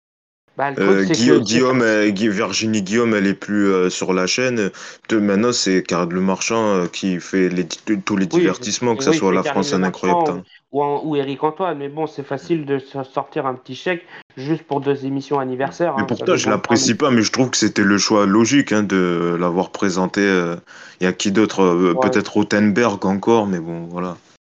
Bah, le truc, Euh, c'est que Guillaume, c'est. Guillaume, euh, Gui- Virginie Guillaume, elle est plus euh, sur la chaîne. De, maintenant, c'est Karine Le Marchand euh, qui fait les, tous les Oui, divertissements, que c'est ce oui, soit c'est La Karine France Le un incroyable Marchand talent. ou, ou, en- ou Éric Antoine. Mais bon, c'est facile de se sortir un petit chèque juste pour deux émissions anniversaires. Mais Hein. Ça pourtant, je demande pas non l'apprécie pas, mais je trouve que c'était le choix logique hein, de l'avoir présenté. euh, Il y a qui d'autre? Euh, Ouais, Peut-être Rothenberg encore, mais bon, voilà.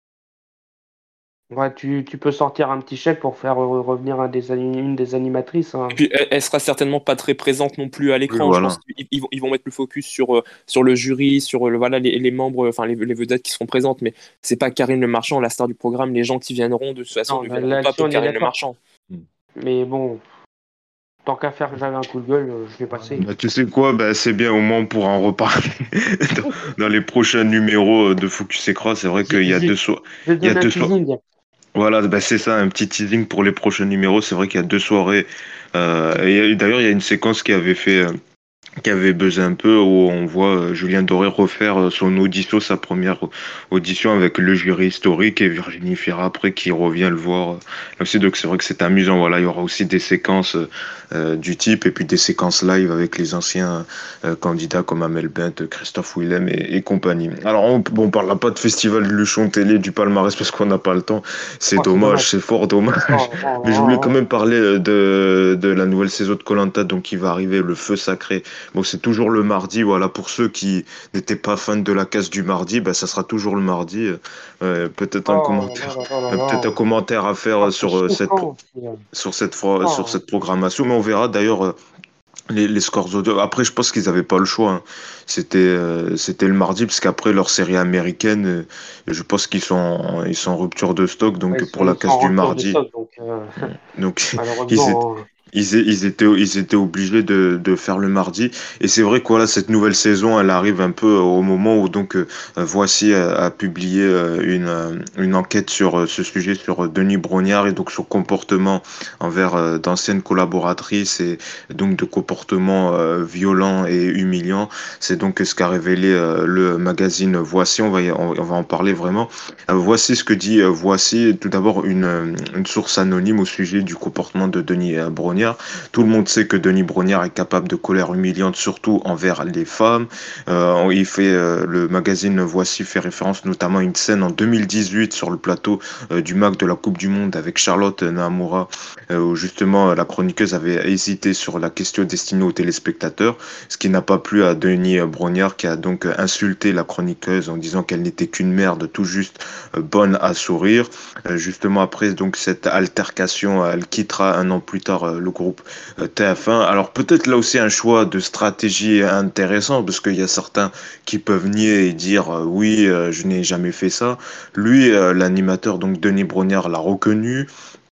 ouais, tu, tu peux sortir un petit chèque pour faire euh, revenir un des, ani- une des animatrices. Et Hein. puis, elle, elle sera certainement pas très présente non plus à Oui, l'écran. Je pense voilà. qu'ils ils vont, ils vont mettre le focus sur, euh, sur le jury, sur euh, le, voilà, les, les membres, enfin les, les vedettes qui seront présentes. Mais c'est pas Karine Le Marchand, la star du programme. Les gens qui viendront, de toute façon, Non, ne là- viendront pas là-dessus, pour on est Karine Le d'accord. Marchand. Mais bon, tant qu'à faire que j'avais un coup de gueule, euh, je vais passer. Bah, tu sais quoi, bah, c'est bien, au moins on pourra en reparler dans, dans les prochains numéros de Focus Écran. C'est vrai Je, qu'il y a je, deux so- je il y a donne un deux so- teasing. Voilà, bah, c'est ça, un petit teasing pour les prochains numéros. C'est vrai qu'il y a deux soirées. Euh, et d'ailleurs, il y a une séquence qui avait fait, euh, qui avait buzzé un peu, où on voit euh, Julien Doré refaire euh, son audition, sa première audition avec le jury historique et Virginie Fira après qui revient le voir. euh, Là aussi, donc c'est vrai que c'est amusant. Voilà, il y aura aussi des séquences euh, du type et puis des séquences live avec les anciens euh, candidats comme Amel Bent, Christophe Willem et, et compagnie. Alors, on, bon, on parlera pas de festival de Luchon Télé du palmarès parce qu'on n'a pas le temps. C'est Oh, c'est dommage, dommage. c'est fort dommage. Oh, oh, Mais je voulais quand oh, même parler euh, de, de la nouvelle saison de koh donc qui va arriver, le feu sacré. Bon, c'est toujours le mardi, voilà, pour ceux qui n'étaient pas fans de la case du mardi, ben, ça sera toujours le mardi. Euh, peut-être un oh, là commentaire, là là là euh, peut-être un là. commentaire à Oh, faire c'est sur euh, cette, pro- choquant aussi, hein. sur cette, fro- sur Oh, cette programmation, mais on verra d'ailleurs euh, les, les scores audio. Après, je pense qu'ils n'avaient pas le choix, hein. C'était, euh, c'était le mardi, parce qu'après leur série américaine, euh, je pense qu'ils sont, ils sont en rupture de stock, ouais, donc ils pour sont, la ils sont case en du rupture de mardi. stock, donc euh, Donc, ils étaient, malheureusement, hein. ils, é- ils étaient, ils étaient obligés de, de faire le mardi. Et c'est vrai que voilà, cette nouvelle saison, elle arrive un peu au moment où donc euh, Voici a, a publié euh, une, euh, une enquête sur euh, ce sujet, sur euh, Denis Brognard et donc son comportement envers euh, d'anciennes collaboratrices et donc de comportements euh, violents et humiliants. C'est donc ce qu'a révélé euh, le magazine Voici. On va, y- on, on va en parler vraiment. Euh, voici ce que dit euh, Voici. Tout d'abord, une, euh, une source anonyme au sujet du comportement de Denis euh, Brognard. Tout le monde sait que Denis Brognard est capable de colère humiliante, surtout envers les femmes. Euh, il fait euh, le magazine Voici fait référence notamment à une scène en deux mille dix-huit sur le plateau euh, du MAC de la Coupe du Monde avec Charlotte Nahamura, euh, où justement la chroniqueuse avait hésité sur la question destinée aux téléspectateurs, ce qui n'a pas plu à Denis Brognard qui a donc insulté la chroniqueuse en disant qu'elle n'était qu'une merde tout juste euh, bonne à sourire. Euh, justement après donc cette altercation, elle quittera un an plus tard euh, le groupe euh, T F un. Alors peut-être là aussi un choix de stratégie intéressant parce qu'il y a certains qui peuvent nier et dire euh, oui, euh, je n'ai jamais fait ça. Lui, euh, l'animateur donc Denis Brognard l'a reconnu.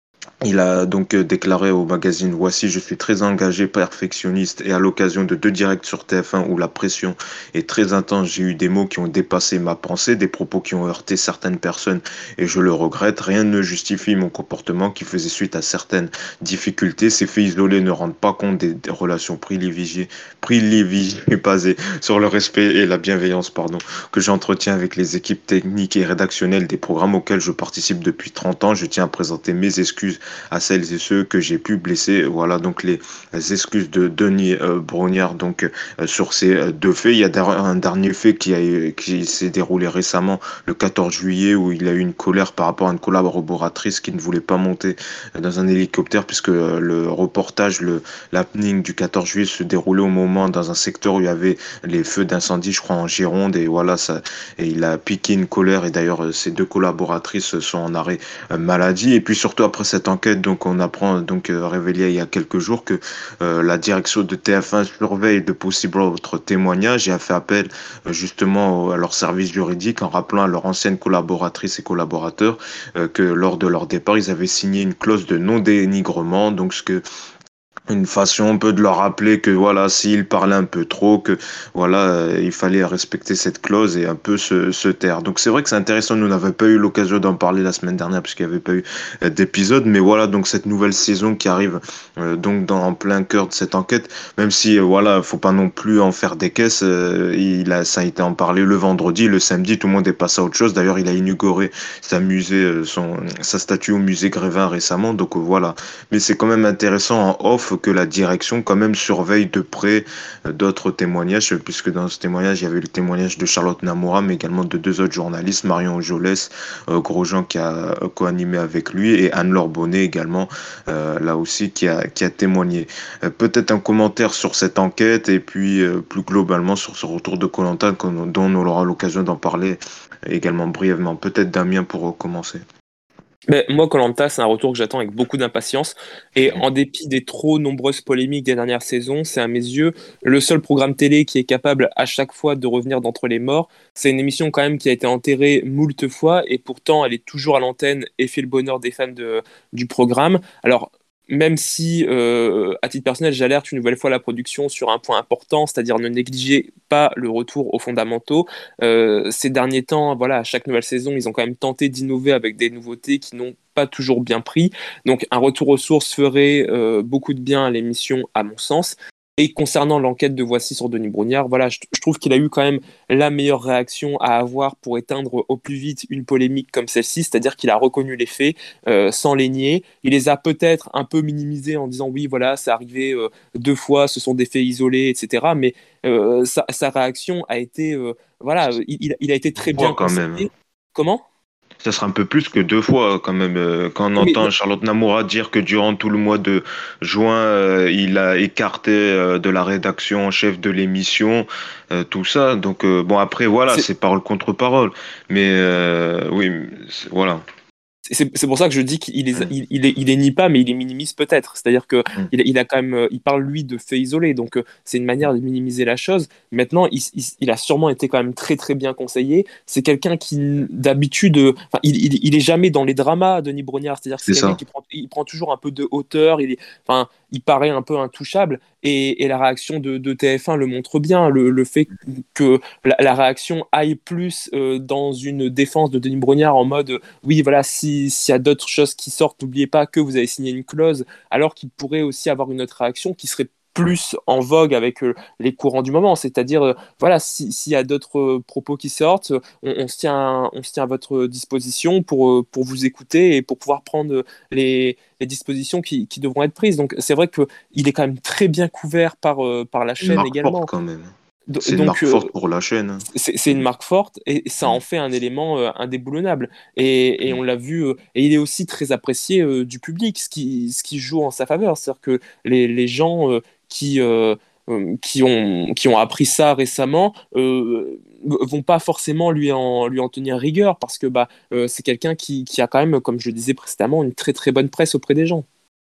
Il a donc euh, déclaré au magazine Voici, je suis très engagé, perfectionniste et à l'occasion de deux directs sur T F un où la pression est très intense, j'ai eu des mots qui ont dépassé ma pensée, des propos qui ont heurté certaines personnes et je le regrette. Rien ne justifie mon comportement qui faisait suite à certaines difficultés. Ces faits isolés ne rendent pas compte des, des relations privilégiées, privilégiées basées sur le respect et la bienveillance, pardon, que j'entretiens avec les équipes techniques et rédactionnelles des programmes auxquels je participe depuis trente ans. Je tiens à présenter mes excuses à celles et ceux que j'ai pu blesser. Voilà donc les excuses de Denis euh, Brognard donc euh, sur ces euh, deux faits. Il y a un dernier fait qui, a, qui s'est déroulé récemment le quatorze juillet où il a eu une colère par rapport à une collaboratrice qui ne voulait pas monter dans un hélicoptère puisque euh, le reportage, le l'happening du quatorze juillet se déroulait au moment dans un secteur où il y avait les feux d'incendie, je crois en Gironde et voilà ça et il a piqué une colère et d'ailleurs euh, ces deux collaboratrices sont en arrêt euh, maladie et puis surtout après cette enquête donc on apprend donc euh, révélé il y a quelques jours que euh, la direction de T F un surveille de possibles autres témoignages et a fait appel euh, justement à leur service juridique en rappelant à leurs anciennes collaboratrices et collaborateurs euh, que lors de leur départ ils avaient signé une clause de non dénigrement donc ce que une façon un peu de leur rappeler que voilà, s'ils parlaient un peu trop, que voilà, euh, il fallait respecter cette clause et un peu se, se taire. Donc c'est vrai que c'est intéressant, nous n'avions pas eu l'occasion d'en parler la semaine dernière puisqu'il n'y avait pas eu euh, d'épisode, mais voilà, donc cette nouvelle saison qui arrive euh, donc dans, en plein cœur de cette enquête, même si euh, voilà, faut pas non plus en faire des caisses, euh, il a, ça a été en parlé le vendredi, le samedi, tout le monde est passé à autre chose. D'ailleurs, il a inauguré sa musée, euh, son, sa statue au musée Grévin récemment, donc euh, voilà. Mais c'est quand même intéressant en off que la direction quand même surveille de près euh, d'autres témoignages, puisque dans ce témoignage, il y avait le témoignage de Charlotte Namoura, mais également de deux autres journalistes, Marion Jolès, euh, Grosjean qui a euh, co-animé avec lui, et Anne-Laure Bonnet également, euh, là aussi, qui a, qui a témoigné. Euh, peut-être un commentaire sur cette enquête, et puis euh, plus globalement sur ce retour de koh dont on aura l'occasion d'en parler également brièvement. Peut-être Damien pour commencer. Mais moi, koh c'est un retour que j'attends avec beaucoup d'impatience. Et en dépit des trop nombreuses polémiques des dernières saisons, c'est à mes yeux le seul programme télé qui est capable à chaque fois de revenir d'entre les morts. C'est une émission quand même qui a été enterrée moult fois et pourtant elle est toujours à l'antenne et fait le bonheur des fans de, du programme. Alors, même si, euh, à titre personnel, j'alerte une nouvelle fois la production sur un point important, c'est-à-dire ne négligez pas le retour aux fondamentaux. Euh, ces derniers temps, voilà, à chaque nouvelle saison, ils ont quand même tenté d'innover avec des nouveautés qui n'ont pas toujours bien pris. Donc un retour aux sources ferait euh, beaucoup de bien à l'émission, à mon sens. Et concernant l'enquête de Voici sur Denis Brognard, voilà, je, je trouve qu'il a eu quand même la meilleure réaction à avoir pour éteindre au plus vite une polémique comme celle-ci, c'est-à-dire qu'il a reconnu les faits euh, sans les nier. Il les a peut-être un peu minimisés en disant oui, voilà, c'est arrivé euh, deux fois, ce sont des faits isolés, et cetera. Mais euh, sa, sa réaction a été, euh, voilà, il, il a été très bien Fois quand même. conseillé. Comment? Ça sera un peu plus que deux fois quand même. Euh, Quand on Oui, mais entend Charlotte Namoura dire que durant tout le mois de juin, euh, il a écarté euh, de la rédaction en chef de l'émission, euh, tout ça. Donc euh, bon après voilà, c'est c'est parole contre parole. Mais euh, oui, c'est- voilà. c'est c'est pour ça que je dis qu'il les, Mm, il, il les, il les nie pas, mais il les minimise peut-être. C'est-à-dire que mm. il, il a quand même, euh, il parle lui de faits isolés, donc euh, c'est une manière de minimiser la chose. Maintenant, il, il, il a sûrement été quand même très très bien conseillé. C'est quelqu'un qui d'habitude, euh, enfin, il, il, il est jamais dans les dramas, Denis Brognard. C'est-à-dire que c'est C'est quelqu'un ça. qui prend, il prend toujours un peu de hauteur. Il est, enfin, il paraît un peu intouchable. Et, et la réaction de, de T F un le montre bien. Le, le fait que la, la réaction aille plus euh, dans une défense de Denis Brognard en mode oui, voilà, si, s'il y a d'autres choses qui sortent, n'oubliez pas que vous avez signé une clause, alors qu'il pourrait aussi avoir une autre réaction qui serait plus en vogue avec euh, les courants du moment. C'est-à-dire, euh, voilà, si- s'il y a d'autres euh, propos qui sortent, on, on se tient, on se tient à votre disposition pour, euh, pour vous écouter et pour pouvoir prendre les, les dispositions qui, qui devront être prises. Donc, c'est vrai qu'il est quand même très bien couvert par, euh, par la Une chaîne marque forte également. quand même. Do- C'est une Donc, marque euh, forte pour la chaîne. Hein. c'est c'est une marque forte et ça en Mm, fait un élément euh, indéboulonnable. Et, et mm. on l'a vu, euh, et il est aussi très apprécié euh, du public, ce qui, ce qui joue en sa faveur. C'est-à-dire que les, les gens euh, qui, euh, euh, qui ont, qui ont appris ça récemment euh, vont pas forcément lui en, lui en tenir rigueur parce que bah, euh, c'est quelqu'un qui, qui a quand même, comme je le disais précédemment, une très très bonne presse auprès des gens.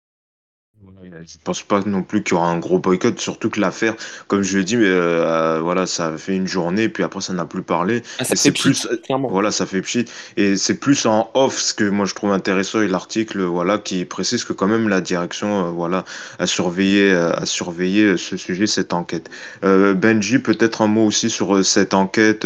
Voilà, je pense pas non plus qu'il y aura un gros boycott, surtout que l'affaire, comme je l'ai dit, mais euh, voilà, ça a fait une journée, puis après ça n'a plus parlé, Ah, ça et fait c'est pchit, plus, clairement. voilà, ça fait pchit, et c'est plus en off ce que moi je trouve intéressant et l'article, voilà, qui précise que quand même la direction, euh, voilà, a surveillé, euh, a surveillé ce sujet, cette enquête. Euh, Benji, peut-être un mot aussi sur euh, cette enquête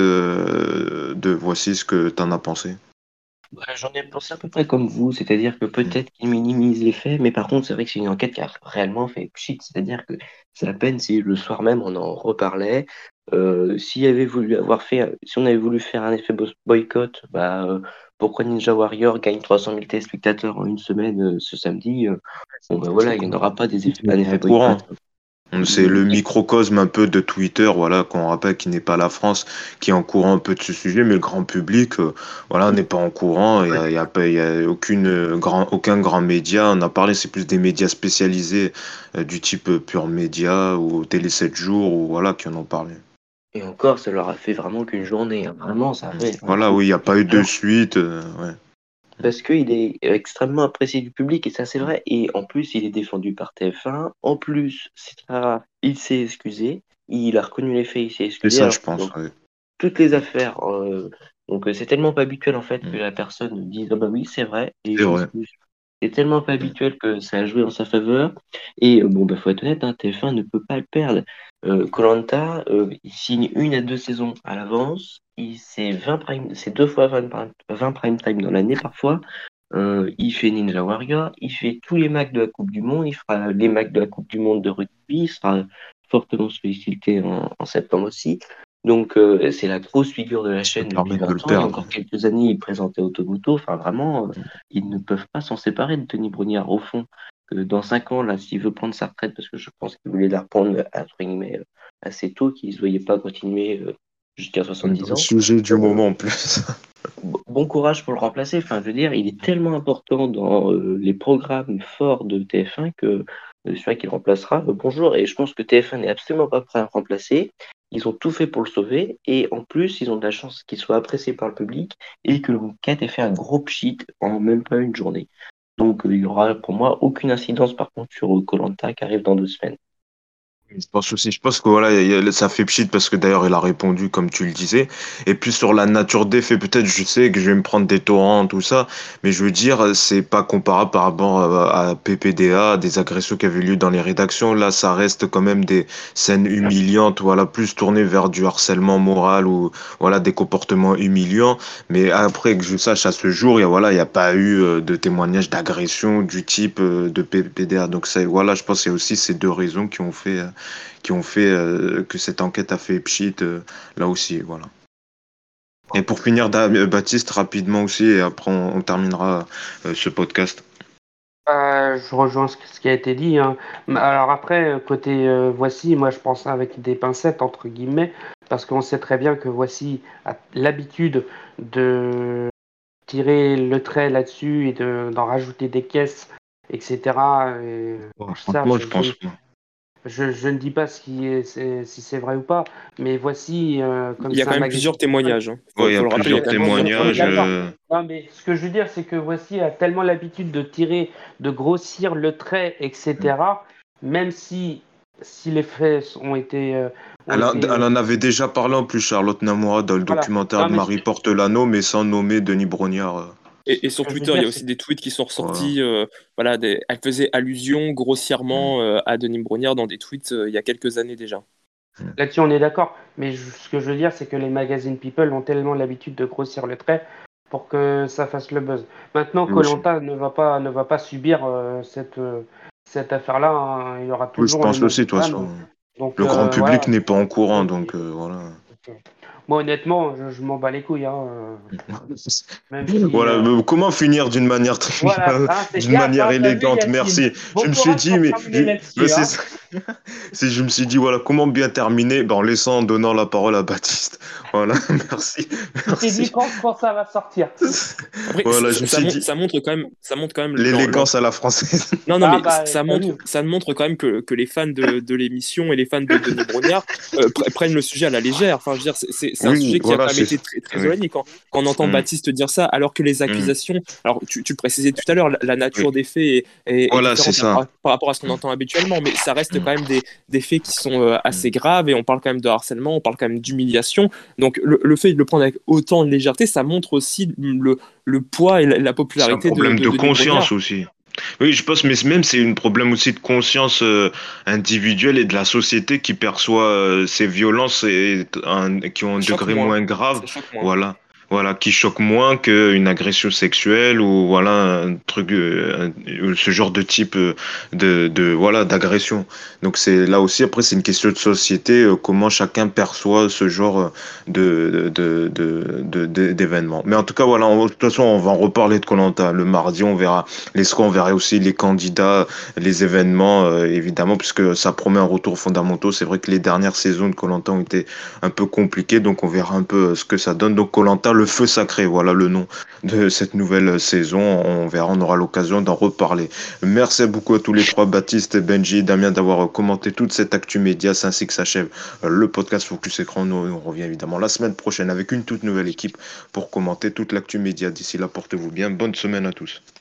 euh, de voici ce que t'en as pensé. Bah, j'en ai pensé à peu près comme vous, c'est-à-dire que Mm. peut-être qu'ils minimisent les faits, mais par contre, c'est vrai que c'est une enquête qui a réellement fait pchit, c'est-à-dire que c'est à peine si le soir même on en reparlait. Euh, s'il avait voulu avoir fait, si on avait voulu faire un effet bo- boycott, bah, euh, pourquoi Ninja Warrior gagne trois cent mille téléspectateurs en une semaine euh, ce samedi? euh, bon, bah voilà, il n'y en aura pas des effets, un En effet courant. boycott. C'est Mm, le microcosme un peu de Twitter, voilà, qu'on rappelle qui n'est pas la France, qui est en courant un peu de ce sujet, mais le grand public, euh, voilà, n'est pas en courant. Il y a, il y a pas, il y a aucune euh, grand, aucun grand média. On a parlé, c'est plus des médias spécialisés euh, du type euh, Pure Média ou Télé sept jours, ou voilà, qui en ont parlé. Et encore, ça leur a fait vraiment qu'une journée, hein. Vraiment, ça a Mm. fait un Voilà, truc. oui, il n'y a pas eu de suite, euh, ouais. Parce qu'il est extrêmement apprécié du public, et ça c'est vrai. Et en plus, il est défendu par T F un. En plus, c'est très il s'est excusé. Il a reconnu les faits, il s'est C'est excusé. ça, je Alors, pense, donc, ouais. toutes les affaires, euh, donc euh, c'est tellement pas habituel en fait que Mm. la personne dise ah bah oui, c'est vrai, et C'est je vrai. m'excuse. C'est tellement pas Mm. habituel que ça a joué en sa faveur. Et euh, bon, bah faut être honnête, hein, T F un ne peut pas le perdre. Euh, koh il signe une à deux saisons à l'avance. Il c'est vingt prime, c'est deux fois vingt, prime- vingt prime time dans l'année parfois. Euh, il fait Ninja Warrior, il fait tous les Macs de la Coupe du Monde, il fera les Macs de la Coupe du Monde de rugby, il sera fortement sollicité en, en septembre aussi. Donc euh, c'est la grosse figure de la Ça peut chaîne depuis permettre de le vingt ans. Il y a perdre. encore quelques années, il présentait Automoto. Enfin vraiment, euh, ils ne peuvent pas s'en séparer de Denis Brognard au fond. Euh, dans cinq ans, là, s'il veut prendre sa retraite, parce que je pense qu'il voulait la reprendre entre guillemets, euh, assez tôt, qu'il ne se voyait pas continuer euh, jusqu'à Dans soixante-dix le ans. sujet du euh, moment en plus. Bon bon courage pour le remplacer. Enfin, je veux dire, il est tellement important dans euh, les programmes forts de T F un que euh, c'est vrai qu'il remplacera. Euh, bonjour, et je pense que T F un n'est absolument pas prêt à le remplacer. Ils ont tout fait pour le sauver, et en plus, ils ont de la chance qu'il soit apprécié par le public et que l'enquête ait fait un gros pchit en même pas une journée. Donc, euh, il y aura pour moi aucune incidence par contre sur koh qui arrive dans deux semaines. Je pense aussi, je pense que voilà, il y a- ça fait pchit parce que d'ailleurs il a répondu comme tu le disais. Et puis sur la nature des faits, peut-être je sais que je vais me prendre des torrents, tout ça, mais je veux dire, c'est pas comparable par rapport à, à P P D A, des agressions qui avaient lieu dans les rédactions. Là, ça reste quand même des scènes humiliantes, voilà, plus tournées vers du harcèlement moral ou voilà des comportements humiliants. Mais après que je sache à ce jour, il y a voilà, il n'y a pas eu euh, de témoignages d'agression du type euh, de P P D A. Donc ça, voilà, je pense qu'il y a aussi ces deux raisons qui ont fait. euh, qui ont fait euh, que cette enquête a fait pchit euh, là aussi, voilà. Et pour finir, Da- Baptiste, rapidement aussi, et après on, on terminera euh, ce podcast. Euh, je rejoins ce, ce qui a été dit, hein. Mais alors après, euh, côté euh, Voici, moi je pense avec des pincettes, entre guillemets, parce qu'on sait très bien que Voici a l'habitude de tirer le trait là-dessus et de, d'en rajouter des caisses, et cetera. Et Oh, ça, franchement, je, je je, pense pas. je- je ne dis pas ce qui est, c'est- si c'est vrai ou pas, mais Voici, euh, comme Il y a c'est un quand même magazine. plusieurs témoignages. Hein. Ouais, Faut, il y a faut le rappeler, il y a plusieurs quand même On, plusieurs on- on est témoignages. témoignages. d'accord. euh, Non, mais ce que je veux dire, c'est que Voici a tellement l'habitude de tirer, de grossir le trait, et cetera. Même si, si les faits ont été, euh, ont Elle, a- été, elle euh, en avait déjà parlé en plus, Charlotte Namoura, dans le voilà. documentaire Non, de mais ce Marie que, Portelano, mais sans nommer Denis Brognard. euh, Et, et ce sur que je veux Twitter, il y dire, a c'est aussi des tweets qui sont Voilà. ressortis. Euh, voilà, des- elle faisait allusion grossièrement euh, à Denis Brognard dans des tweets euh, il y a quelques années déjà. là-dessus, on est d'accord. Mais je- ce que je veux dire, c'est que les magazines People ont tellement l'habitude de grossir le trait pour que ça fasse le buzz. Maintenant, Oui, aussi. koh ne va pas, ne va pas subir euh, cette, euh, cette affaire-là, hein. Il y aura Oui, je toujours les pense mêmes aussi, de toute fans. façon. Donc Le grand euh, public voilà. n'est pas en courant, donc euh, voilà. Moi, honnêtement, je, je m'en bats les couilles, hein, euh, même si. Voilà, euh, mais comment finir d'une manière Voilà, triviale, hein, c'est d'une bien manière ça, t'as vu élégante, Yacine. merci. Je Bon me suis courage dit, pour mais, terminer mais- mais là-dessus, c'est hein. ça. C'est- je me suis dit, voilà, comment bien terminer? Ben, en laissant, en donnant la parole à Baptiste. Voilà, merci, Tu t'es dit merci. quand, quand ça va sortir. Après, Voilà, ça, je me ça suis mon- dit, ça montre quand même, ça montre quand même l'en- l'élégance à la française. Non, non, Ah mais bah, ça t'as montre, vu. ça montre quand même que, que les fans de, de l'émission et les fans de Denis Brognard euh, pre- prennent le sujet à la légère. Enfin, je veux dire, c'est c'est- c'est un Oui, sujet qui a voilà, quand même c'est été ça. très, très Oui. éloigné. Quand, quand on entend Mm, Baptiste dire ça, alors que les mm, accusations, alors tu, tu le précisais tout à l'heure, la, la nature oui. des faits est, est- est Voilà, c'est différente par, ça. par rapport à ce qu'on entend habituellement, mais ça reste Mm, quand même des, des faits qui sont euh, mm. assez graves et on parle quand même de harcèlement, on parle quand même d'humiliation. Donc le, le fait de le prendre avec autant de légèreté, ça montre aussi le, le poids et la, la C'est un popularité de, problème de de Denis conscience Brognard. aussi. Oui, je pense, mais même c'est un problème aussi de conscience euh, individuelle et de la société qui perçoit euh, ces violences et, un- qui ont un Ça choque degré moins. moins grave, Ça choque moins. voilà, voilà, qui choque moins qu'une agression sexuelle ou voilà un truc, euh, un- ce genre de type euh, de, de voilà d'agression. Donc c'est là aussi après c'est une question de société, euh, comment chacun perçoit ce genre euh, de de de de- de- d'événements. Mais en tout cas voilà, en- de toute façon on va en reparler de koh le mardi, on verra les scores, on verra aussi les candidats, les événements, euh, évidemment, puisque ça promet un retour fondamentaux. C'est vrai que les dernières saisons de koh ont été un peu compliquées, donc on verra un peu euh, ce que ça donne. Donc koh le feu sacré, voilà le nom de cette nouvelle saison. On verra, on aura l'occasion d'en reparler. Merci beaucoup à tous les trois, Baptiste, Benji et Damien, d'avoir euh, commenté toute cette actu média. C'est ainsi que s'achève euh, le podcast Focus Écran. Nous, on revient évidemment la semaine prochaine avec une toute nouvelle équipe pour commenter toute l'actu média. D'ici là, portez-vous bien. Bonne semaine à tous.